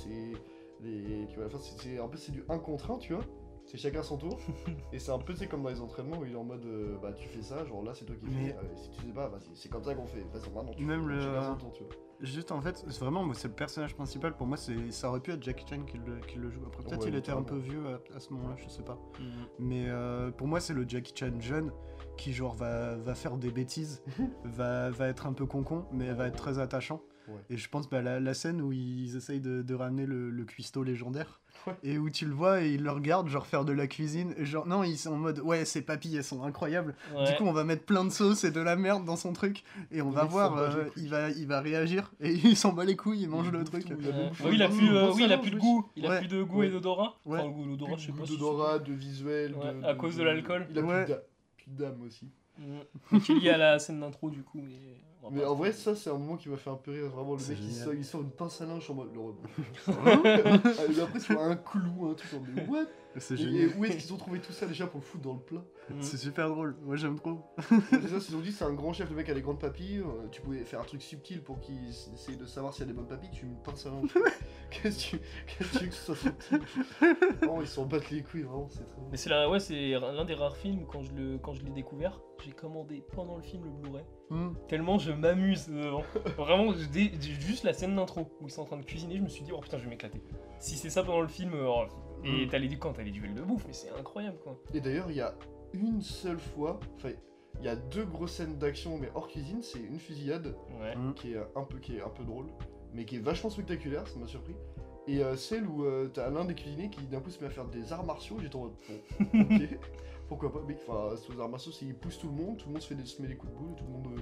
tu vois, à la fin, c'est un peu c'est du 1 contre 1, tu vois. C'est chacun son tour. Et c'est un peu, c'est comme dans les entraînements où il est en mode, bah tu fais ça, genre là c'est toi qui Mais- fais. Si tu sais pas, vas-y, c'est comme ça qu'on fait. Vas-y, maintenant tu Même fais. le- Chacun son tour, tu vois. Juste en fait, c'est vraiment, moi, c'est le personnage principal. Pour moi, ça aurait pu être Jackie Chan qui le joue. Après, peut-être Ouais, il était un peu littéralement. vieux à ce moment-là, je sais pas. Mais pour moi, c'est le Jackie Chan jeune qui, genre, va faire des bêtises, va être un peu concon, mais va être très attachant. Ouais. Et je pense la scène où ils essayent de ramener le cuistot légendaire, Ouais. et où tu le vois et ils le regardent, genre, faire de la cuisine. Et genre, non, ils sont en mode, ouais, ces papilles, elles sont incroyables. Ouais. Du coup, on va mettre plein de sauce et de la merde dans son truc, et on Le va mec voir, s'en bat les couilles. il va réagir, et il s'en bat les couilles, il mange Il le bouffe truc. tout, Ouais. a même Oui, il a fait plus, un bon oui, il a salon, plus de lui. goût. Il a Ouais. plus de goût Ouais. et d'odorat. Ouais. Enfin, le goût et l'odorat, je sais pas. Plus si d'odorat, de visuel, Ouais, de- à cause de l'alcool. Il a Ouais. plus d'âme aussi. Mais qui est lié à la scène d'intro du coup. On va Mais pas- en vrai, ça, c'est un moment qui m'a fait un peu rire. Vraiment, le C'est mec, génial. il sort une pince à linge en mode le rebond. Et après, tu vois un clou, un truc en mode what? C'est Et génial. où est-ce qu'ils ont trouvé tout ça déjà pour le foutre dans le plat? C'est super drôle, moi j'aime trop. C'est ça, ils ont dit c'est un grand chef, le mec a des grandes papilles. Tu pouvais faire un truc subtil pour qu'il essaye de savoir s'il y a des bonnes papilles. Tu me pinces à linge. Qu'est-ce que tu veux que ce soit subtil? Vraiment, ils s'en battent les couilles, vraiment, c'est très Mais c'est c'est l'un des rares films où quand je l'ai découvert, j'ai commandé pendant le film le Blu-ray. Tellement je m'amuse devant. Vraiment, juste la scène d'intro où ils sont en train de cuisiner, je me suis dit, oh putain, je vais m'éclater. Si c'est ça pendant le film, et t'as les duels de bouffe, mais c'est incroyable quoi. Et d'ailleurs, il y a une seule fois, enfin, il y a 2 grosses scènes d'action, mais hors cuisine, c'est une fusillade Ouais. qui est un peu drôle, mais qui est vachement spectaculaire, ça m'a surpris. Et celle où t'as l'un des cuisiniers qui d'un coup se met à faire des arts martiaux, j'étais en mode, bon, ok, pourquoi pas, mec, enfin, ces arts martiaux, c'est il pousse tout le monde se met des coups de boule, et tout le monde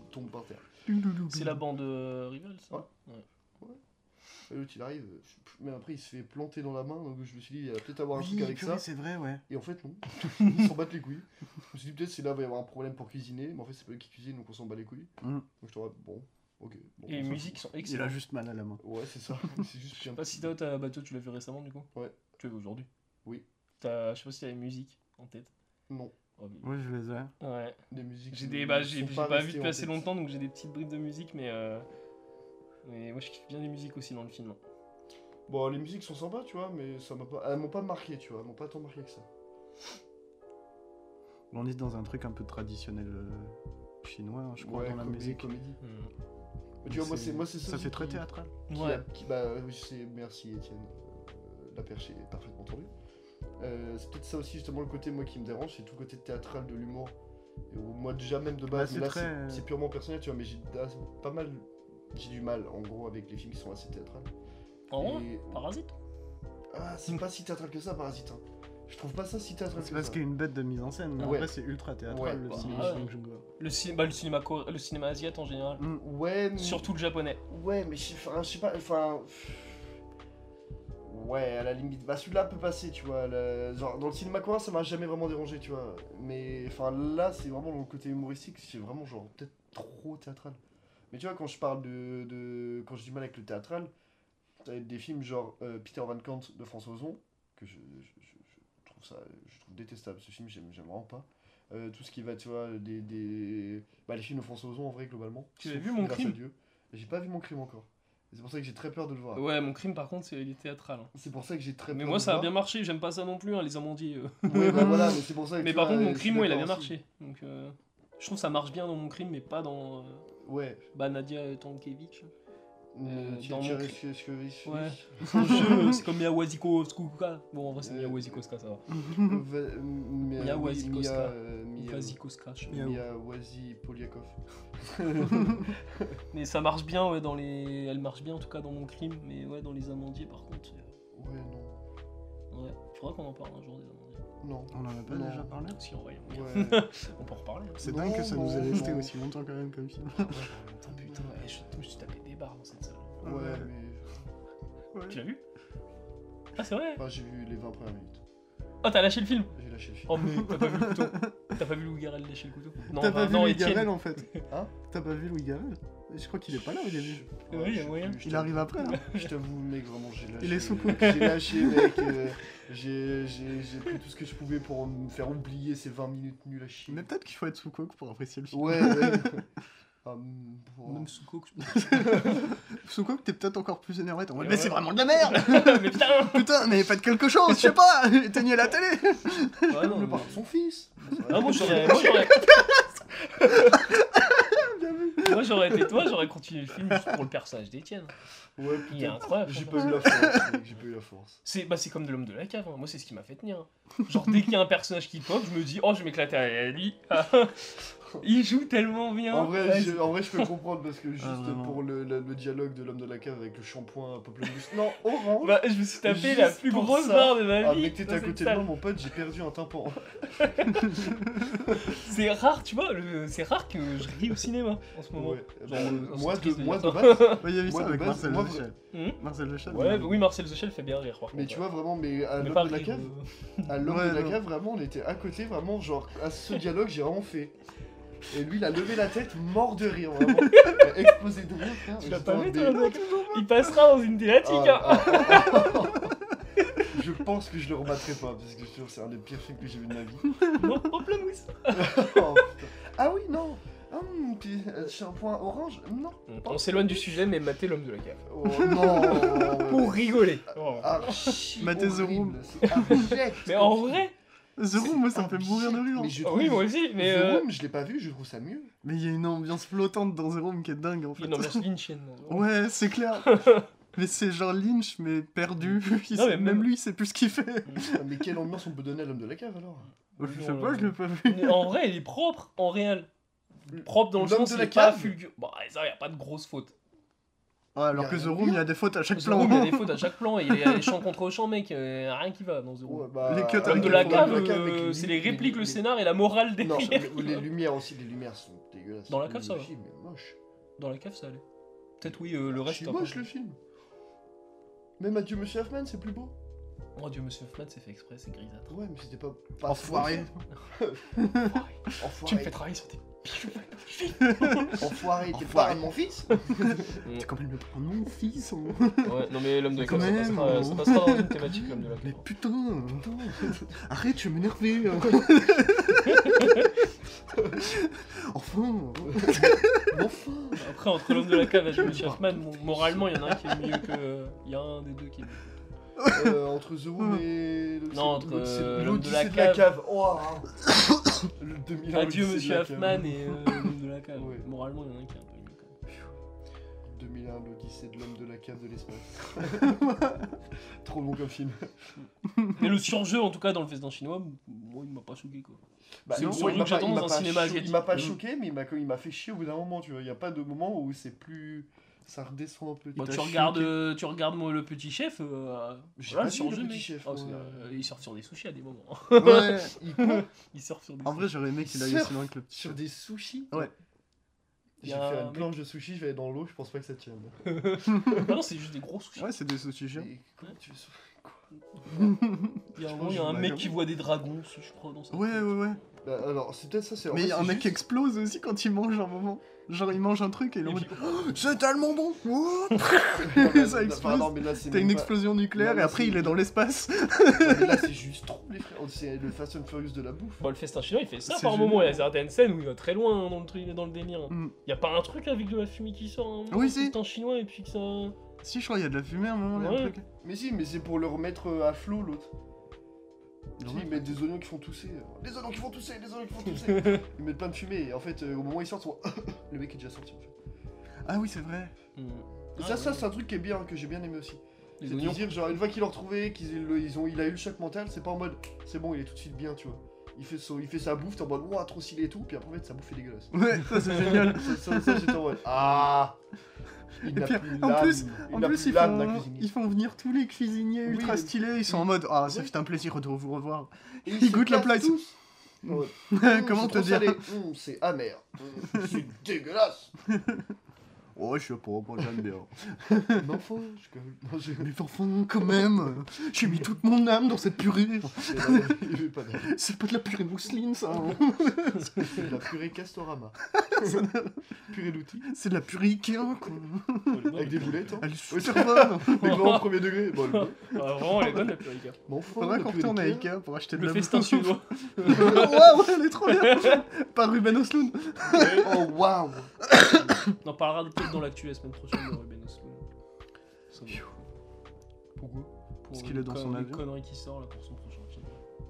tombe par terre. C'est la bande rivale, ça. Ouais. Et l'autre il arrive, mais après il se fait planter dans la main, donc je me suis dit, il va peut-être avoir un truc Oui, avec purée, ça. c'est vrai, ouais. Et en fait, non. Ils s'en battent les couilles. Je me suis dit, peut-être c'est là, il va y avoir un problème pour cuisiner, mais en fait, c'est pas eux qui cuisinent, donc on s'en bat les couilles. Mm. Donc je te dis, bon, ok. Bon, Et les musiques sont Il a excellentes. juste mal à la main. Ouais, c'est ça. C'est juste Je sais pas si toi, bah, toi, tu l'as vu récemment, du coup. Ouais. Tu l'as vu aujourd'hui. Oui. Je sais pas si t'as les musiques en tête. Non, Oh, mais- Ouais, je les ai. Ouais. des musiques. J'ai ne des, bah, sont j'ai pas vu restées depuis en assez tête. longtemps, donc j'ai des petites bribes de musique, mais moi je kiffe bien les musiques aussi dans le film. Bon, les musiques sont sympas, tu vois, mais ça m'a pas... elles m'ont pas marqué, tu vois, elles m'ont pas tant marqué que ça. On est dans un truc un peu traditionnel chinois, hein, je crois, dans la musique. comédie. Mais tu vois, moi, c'est ça. Ça aussi fait très qui- théâtral. Ouais. Oui, merci Étienne. La perche est parfaitement tombée. C'est peut-être ça aussi, justement, le côté, moi, qui me dérange, c'est tout le côté théâtral de l'humour. Et moi, déjà, même de base, Bah, mais là, c'est très- c'est purement personnel, tu vois, mais j'ai pas mal. J'ai du mal, en gros, avec les films qui sont assez théâtrales. En vrai, Et- Parasite. Ah, c'est pas si théâtral que ça, Parasite. Hein. Je trouve pas ça si théâtral C'est que parce ça. qu'il y a une bête de mise en scène, mais en Ouais. vrai, c'est ultra théâtral Ouais, le bah, cinéma ouais. Bong Joon-ho. Le cinéma asiatique en général. Ouais, mais... Surtout le japonais. Ouais, mais je sais pas, enfin... Ouais, à la limite, bah celui-là peut passer, tu vois. Genre, dans le cinéma coréen, ça m'a jamais vraiment dérangé, tu vois. Mais, enfin, là, c'est vraiment dans le côté humoristique, c'est vraiment, genre, peut-être trop théâtral. Mais tu vois, quand je parle quand j'ai du mal avec le théâtral, t'as des films genre Peter Van Kant de François Ozon, que je trouve détestable, ce film, j'aime vraiment pas. Tout ce qui va, tu vois, bah, les films de François Ozon, en vrai, globalement. Tu l'as sauf vu, Mon Grâce à Crime Dieu. J'ai pas vu Mon Crime encore. Et c'est pour ça que j'ai très peur de le voir. Ouais, Mon Crime par contre, il est théâtral. C'est pour ça que j'ai très Mais peur moi de ça a le bien voir. marché, j'aime pas ça non plus, hein, les amandiers. Ouais, bah voilà, mais c'est pour ça que Mais tu par vois, contre, Mon je suis Crime, ouais, il a bien d'accord aussi. marché. Donc je trouve que ça marche bien dans Mon Crime, mais pas dans Ouais. Nadia Tankevich. Dans Mon Ouais. Son jeu, c'est comme Miyawaziko Skuka. Bon, en vrai, c'est Miyawaziko Skuka, ça va. Miyawazikoska. Miyawazikoska, je sais pas. Miyawazi Polyakov. Mais ça marche bien, ouais, dans les. Elle marche bien en tout cas dans Mon Crime, mais ouais, dans les amandiers par contre. Ouais, non. Ouais, faudra qu'on en parle un jour des amandiers. Non. On en a pas Non. déjà parlé. Si, en vrai, il y a Ouais. moyen. On peut en reparler. Hein. C'est Non, dingue que ça nous non, ait resté non. aussi longtemps quand même comme film. Putain, ouais, je me suis tapé des barres dans cette salle. Ouais, Ouais. mais. Tu l'as vu? Ah, c'est vrai? Bah, j'ai vu les 20 premières minutes. Oh, t'as lâché le film? J'ai lâché le film. Oh, mais t'as pas vu le couteau? T'as pas vu Louis Garrel lâcher le couteau? Non, T'as pas vu Louis Étienne. Garrel en fait. Hein? T'as pas vu Louis Garrel? Je crois qu'il est pas là au début. Ouais, il y a moyen. Il arrive après là. Je t'avoue, mec, vraiment, j'ai lâché. Il est sous coup. J'ai lâché, mec. J'ai pris tout ce que je pouvais pour me faire oublier ces 20 minutes nulles à chier. Mais peut-être qu'il faut être sous coke pour apprécier le film. Ouais, ouais. Ah, bon. Même sous coke, je pense. Sous coke, t'es peut-être encore plus énervé. T'es en mode, Ouais. mais c'est vraiment de la merde. Mais putain! Putain, mais faites quelque chose, je sais pas. Éteignez la télé. Ouais, non, Le mais- parle de son fils. Ah, moi j'aurais Moi j'aurais été toi, j'aurais continué le film juste pour le personnage d'Étienne. Ouais, Il est putain. incroyable. J'ai franchement. pas eu la force, mec, j'ai pas eu la force. C'est comme de l'homme de la cave, hein. Moi c'est ce qui m'a fait tenir. Hein. Genre dès qu'il y a un personnage qui pop, je me dis oh je vais m'éclater à lui. Il joue tellement bien. En vrai, Ouais, je peux comprendre parce que juste vraiment. pour le dialogue de l'homme de la cave avec le shampoing pamplemousse. Non, orange. bah, je me suis tapé Juste la plus pour grosse ça. barre de ma Ah, vie. mec, t'étais dans à cette côté de salle. moi, mon pote, j'ai perdu un tympan. C'est rare, tu vois, c'est rare que je ris au cinéma en ce moment. Ouais. Genre, Moi, c'est triste moi dire de ça. base. Ouais, il y a eu Moi, ça de avec base, Marcel moi, Lechel. Hmm Marcel Lechel. Ouais, bah oui, Marcel Zechel fait bien rire par Mais contre. tu vois, vraiment, mais à Mais l'homme pas de la rire, cave, à l'homme Ouais, de la non. cave, vraiment, on était à côté, vraiment, genre, à ce dialogue, j'ai vraiment fait. Et lui, il a levé la tête, mort de rire, vraiment. Il a explosé de rire, frère. Tu l'as J'étais pas en vu, dé- toi, mec? Il passera dans une thématique, hein. Je pense que je le rebattrai pas, parce que je trouve que c'est un des pires films que j'ai vu de ma vie. Non, pamplemousse. Oh, putain. Ah oui, non. Puis shampoing orange, non. On s'éloigne du sujet, mais matez l'homme de la cave. Oh non. Pour rigoler. Archi Matez The horrible, Room. c'est abject. Mais en vrai, The Room, moi ça me fait mourir de rire. Mais je oui, trouve- moi aussi, mais The Room, je l'ai pas vu, je trouve ça mieux. Mais il y a une ambiance flottante dans The Room qui est dingue en il y a fait. une ambiance lynchienne. Ouais, c'est clair. Mais c'est genre Lynch, mais perdu. Il Non, sait- mais même même- lui, il sait plus ce qu'il fait. Mais quelle ambiance on peut donner à l'homme de la cave alors? Je sais pas, je l'ai pas vu. Mais en vrai, il est propre en réel. Propre dans le L'homme sens de il la est pas cave. fulgurant. Bon, ça, y a pas de grosse faute. Ouais, alors Y a que The rien Room, il y a des fautes à chaque The plan. Room, il y a des fautes à chaque plan et il y a les champs contre champs, mec. Rien qui va dans The Room. Ouais, bah, Les cuts L'homme avec de les la problèmes cave, avec les c'est les lumi- répliques, le les- scénar et la morale Non, derrière. les lumières aussi, les lumières sont dégueulasses. Dans la cave, ça Le va. film est moche. Dans la cave, ça allait. Peut-être oui, le reste. C'est moche le film. Même Adieu Monsieur Hoffman, c'est plus beau. Oh Dieu, Monsieur Hoffman, c'est fait exprès, c'est grisâtre. Ouais, mais c'était pas. Enfoiré. Enfoiré. Tu me fais travailler sur tes bijoux. Enfoiré, t'es Enfoiré. pas de mon fils. T'es quand même le prénom, fils. Ouais, non mais l'homme de la Quand cave, même, ça passera dans une thématique, l'homme de la Mais cave. putain. Arrête, je vais m'énerver. Enfin. Enfin. Après, entre l'homme de la cave et Monsieur Hoffman, moralement, il y en a un qui est mieux que. Il y a un des deux qui est mieux. Entre The Room et. Non, entre, l'homme de l'Odyssée la de la cave. cave. Oh, le 2001 Adieu l'Odyssée Monsieur de la cave. Hoffman et l'homme de la cave. Ouais. Moralement, il y en a un qui est un peu mieux quand même. 2001 l'Odyssée de l'homme de la cave de l'espace. Trop bon comme film. Mais le surjeu, en tout cas, dans le festin chinois, moi, il m'a pas choqué quoi. Bah, C'est non, le moi, surjeu il m'a que pas- j'attends il dans m'a un pas cinéma cho- asiatique. Il m'a pas Mm. choqué, mais il m'a fait chier au bout d'un moment, tu vois. Il y a pas de moment où c'est plus. Ça redescend un peu. Bah, t'a tu regardes moi, le petit chef. J'ai Voilà, pas vu le Le surjeu, Petit mec. Chef, Ah, moi. il surfe sur des sushis à des moments. Ouais. Il Il surfe sur des En vrai, j'aurais aimé qu'il aille Surf aussi loin que le petit. sur des sushis. Ouais. J'ai Y a fait un une planche de sushis, je vais aller dans l'eau, je pense pas que ça tienne. Ah non, c'est juste des gros sushis. Ouais, c'est des sushis géants. Et comment tu veux quoi Il y a un je moment, il y a pense un que mec je qui voit des dragons, aussi, je crois, dans sa Ouais, tête. ouais, ouais. Bah, alors, c'est peut-être ça, c'est. en Mais fait, y a un c'est mec qui juste- explose aussi quand il mange un moment. Genre, il mange un truc et il est en Et mode puis- Oh, c'est tellement bon. Oh. Non, Ça mais- explose. non, mais là, c'est T'as même une pas- explosion nucléaire Là, et après c'est- il est dans l'espace. Non, mais là, c'est juste trop, les frères. C'est le Fast and Furious de la bouffe. Bon, le festin chinois, il fait ça C'est par moment. Il y a génial. certaines scènes où il va très loin dans le truc, dans le délire. Mm. Il y a pas un truc avec de la fumée qui sort, hein, Oui, le si. festin chinois, et puis que ça. Si, je crois qu'il y a de la fumée à un moment, il y a Ouais. un truc. Mais si, mais c'est pour le remettre à flot, l'autre. Tu sais, ils mettent des oignons qui font tousser. Des oignons qui font tousser, des oignons qui font tousser. Ils mettent plein de fumée et en fait, au moment où ils sortent, le mec est déjà sorti en fait. Ah oui, c'est vrai. Mm. Et Ah, ça ouais. c'est un truc qui est bien, que j'ai bien aimé aussi. Les C'est de oignons. dire, genre, une fois qu'ils l'ont retrouvé, il a eu le choc mental, c'est pas en mode, c'est bon, il est tout de suite bien, tu vois. Il fait sa bouffe, t'es en mode, ouah, trop stylé et tout, puis après, en fait, sa bouffe est dégueulasse. Ouais, ça c'est génial. Ça, j'étais en mode, ah il Et n'a puis, plus en l'âme, plus, il En n'a plus, plus ils l'âme d'un font, cuisinier. ils font venir tous les cuisiniers Oui, ultra mais- stylés. Ils sont en mode Ah, ça Ouais. fait un plaisir de vous revoir. Et ils se goûtent la cassent plate. tous. Ouais. Comment c'est te trop dire salé. C'est amer. C'est dégueulasse. Oh, je sais pas, moi j'aime bien. Mais enfin, non, j'ai Mais enfin, quand même, j'ai mis toute mon âme dans cette purée. il veut pas d'âme. C'est pas de la purée mousseline, ça. hein. C'est de la purée Castorama. Purée d'outils. C'est de la purée Ikea, quoi. Avec des boulettes. Hein. Elle est super bonne. Des grands premier degré. Bon, le Ah, vraiment, elle est bonne la purée. Mais enfin, Faudrait la qu'on purée retourne à d'Ikea. Ikea pour acheter de Le la festin bouffe. suédois. Ouais, elle est trop bien. Pas Ruben Östlund. Oh waouh. On en parlera peut-être dans l'actu la semaine prochaine de Ruben Östlund. Ça va. Pourquoi Parce qu'il est dans son les avion. conneries qui sort là pour son prochain film.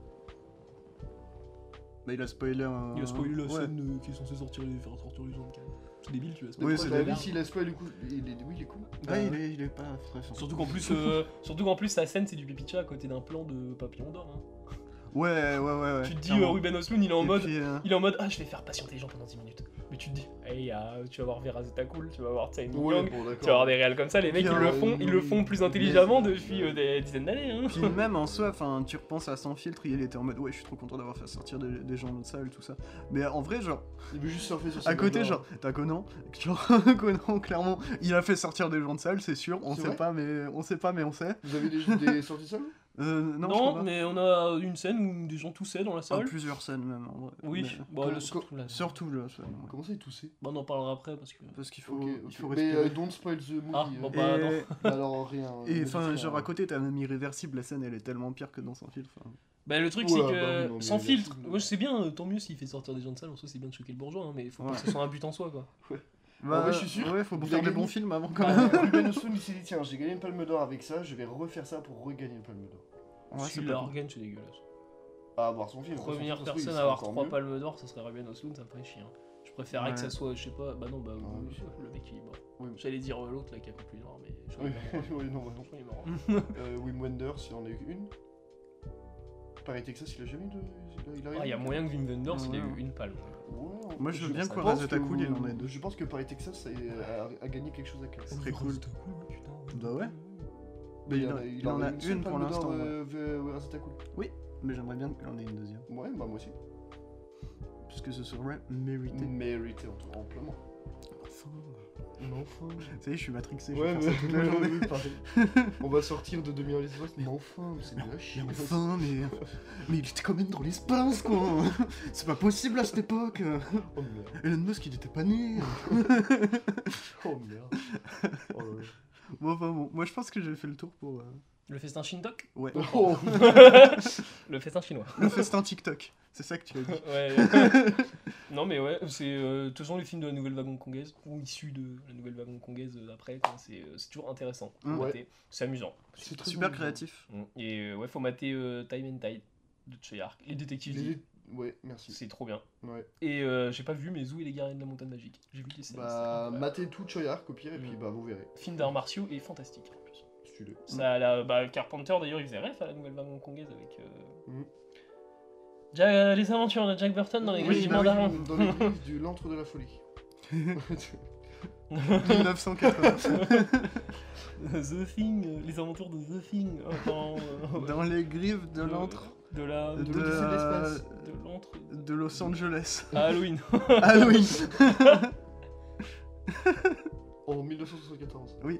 Bah, il a spoilé un. Il a spoilé la Ouais. scène qui est censée sortir les faire sortir les gens de Cannes. C'est débile, tu vois. Oui, c'est Bah débile. oui, s'il laisse pas du coup. Oui, il est cool. Ouais, il est pas très fort. Surtout qu'en plus, sa scène c'est du pipi de chat à côté d'un plan de papillon d'or. Hein. Ouais. Tu te dis clairement. Ruben Östlund il est en Et mode, puis, ah je vais faire patienter les gens pendant 10 minutes. Mais tu te dis, hey, tu vas voir Vera Zeta Cool, tu vas voir Tsai Ouais, Ming-Yang, bon, tu vas d'accord. avoir des réels comme ça, les mecs Puis, ils le font plus intelligemment depuis des dizaines d'années. Hein. Puis même en soi, enfin, tu repenses à Sans Filtre, il était en mode ouais, je suis trop content d'avoir fait sortir des gens de salle, tout ça. Mais en vrai, genre, Il veut juste surfer sur à ses côté, bonheurs. genre, t'as Conan, genre, Conan, clairement, il a fait sortir des gens de salle, c'est sûr, on C'est sait vrai pas, mais on sait. Vous avez des sorties seules Non, je Non, crois pas. mais on a une scène où des gens toussaient dans la Ah, salle. plusieurs scènes même, en vrai. Oui, Mais- bon, Comment- surtout là. Surtout là, ça, ouais. Comment ça, il toussait Bon, on en parlera après parce que. Parce qu'il faut, Ok, il ok. faut Mais respirer. don't spoil the movie. Ah, bon, bah, non. Alors rien. Et ne enfin, dites genre rien. à côté, t'as même Irréversible, la scène elle est tellement pire que dans Sans Filtre. enfin. Bah, le truc Ouais, c'est bah que oui, non, mais sans il y a filtre, tout, mais- moi je sais bien, tant mieux s'il fait sortir des gens de salle, en soi c'est bien de choquer le bourgeois, hein, mais il faut pas Ouais. que ce soit un but en soi quoi. Bah, ouais, je suis sûr. Ouais, faut Il a faire des gagné. bons films avant quand Bah, même. Ruben Östlund, il s'est dit tiens, j'ai gagné une palme d'or avec ça, je vais refaire ça pour regagner une palme d'or. Ouais, si c'est la pas con. regagne, c'est dégueulasse. Ah, voir son film. Première Son film, personne il à sera avoir encore 3 mieux. palmes d'or, ça serait Ruben Östlund, ça me ferait chier. Hein. Je préférerais Ouais. que ça soit, je sais pas, bah non, bah Ah, oui, oui. le mec il est mort. Oui. J'allais dire l'autre là qui a pas plus d'or, mais je Oui, crois oui, non, bah non. qu'il est mort. Wim Wenders, il en a eu une. Paris Texas, il a jamais eu de. Il y a moyen que Wim Wenders il ait eu une palme. Ouais, Moi, je veux bien pense que pense Razatakoul, il en ait deux. Je pense que Paris Texas a gagné quelque chose à Cannes. C'est très cool. Bah ouais. Mais il en a une seule une pour palme d'or, l'instant, Razatakoul. Mais j'aimerais bien qu'il en ait une deuxième. Ouais, bah moi aussi. Puisque ce serait mérité. Mérité amplement. Enfin. Tu sais, je suis matrixé. Ouais, je vais faire ça toute la journée. mais pareil. On va sortir de 2000 ans l'espace, mais enfin, c'est de la chier. Mais enfin, mais il était quand même dans l'espace, quoi. C'est pas possible à cette époque. Oh merde. Elon Musk, il était pas né. Oh merde. Oh là là. Bon, enfin bon, moi je pense que j'ai fait le tour pour. Le festin Shintok. Ouais. Oh. Le festin chinois. Le festin TikTok. C'est ça que tu as dit. Ouais. Non mais ouais, c'est de toute façon les films de la nouvelle vague hongkongaise ou issus de la nouvelle vague hongkongaise après, quoi, c'est toujours intéressant. Faut Ouais. mater. C'est amusant. C'est très Super amusant. créatif. Et ouais, faut mater Time and Tide de Choyark. Les détectives. Ouais, merci. C'est trop bien. Ouais. Et j'ai pas vu, mais Zou et les gardiens de la montagne magique. J'ai vu les scènes. Bah, matez tout Choyark au pire, et puis bah, vous verrez. Film d'arts martiaux et fantastique en plus. Stylé. Ça, Carpenter d'ailleurs, il faisait ref à la nouvelle vague hongkongaise avec les aventures de Jack Burton dans les griffes du bah mandarin. oui, dans les griffes du l'antre de la folie. 1980. The Thing, les aventures de The Thing. Dans les griffes de l'antre De la. De l'Odyssée de l'espace. De l'antre. de Los Angeles. À Halloween. Halloween. En 1974. Oui.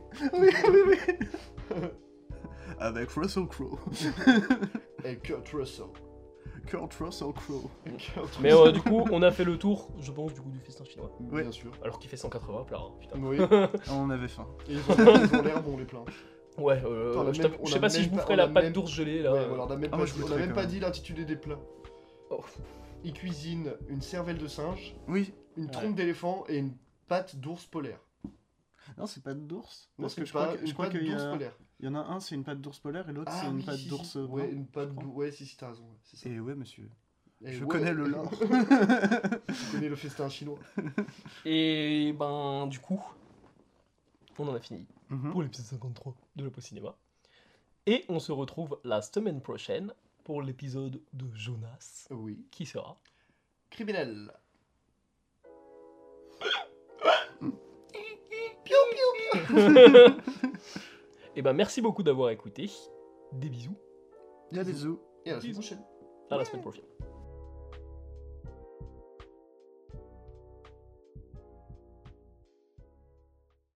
Avec Russell Crowe. Et Kurt Russell. Kurt Russell Crowe. Mais du coup, on a fait le tour, je pense, du coup, du festin chinois. Ouais. Bien sûr. Alors qu'il fait 180 plats, hein, putain. Oui. On avait faim. Et ils ont l'air bons les plats. Ouais, Attends, on a je même- sais on a pas si même je pas- boufferais on la a pâte même- d'ours gelée là. Ouais, voilà, on a même Ah, pas, moi, je on a goûterais même quand pas même. dit l'intitulé des plats. Oh. Ils cuisinent une cervelle de singe, Oui. une Ouais. trompe d'éléphant et une pâte d'ours polaire. Non, c'est pas d'ours. Non, Parce c'est que je crois pas que- je une crois pâte qu'il y d'ours a... polaire. Il y en a un, c'est une pâte d'ours polaire, et l'autre, c'est une oui, pâte si, d'ours si. brun. Ouais, une pâte je crois. ouais, si, t'as raison. Ouais, c'est ça. Et ouais, monsieur. Et Je ouais, connais le lard. Je connais le festin chinois. Et ben, du coup, on en a fini Mhm. pour l'épisode 53 de l'Apo Cinéma. Et on se retrouve la semaine prochaine pour l'épisode de Jonas, Oui. qui sera. Criminel. Et ben, merci beaucoup d'avoir écouté. Des bisous. Il y a des zoos. Et à la semaine prochaine. À la semaine prochaine.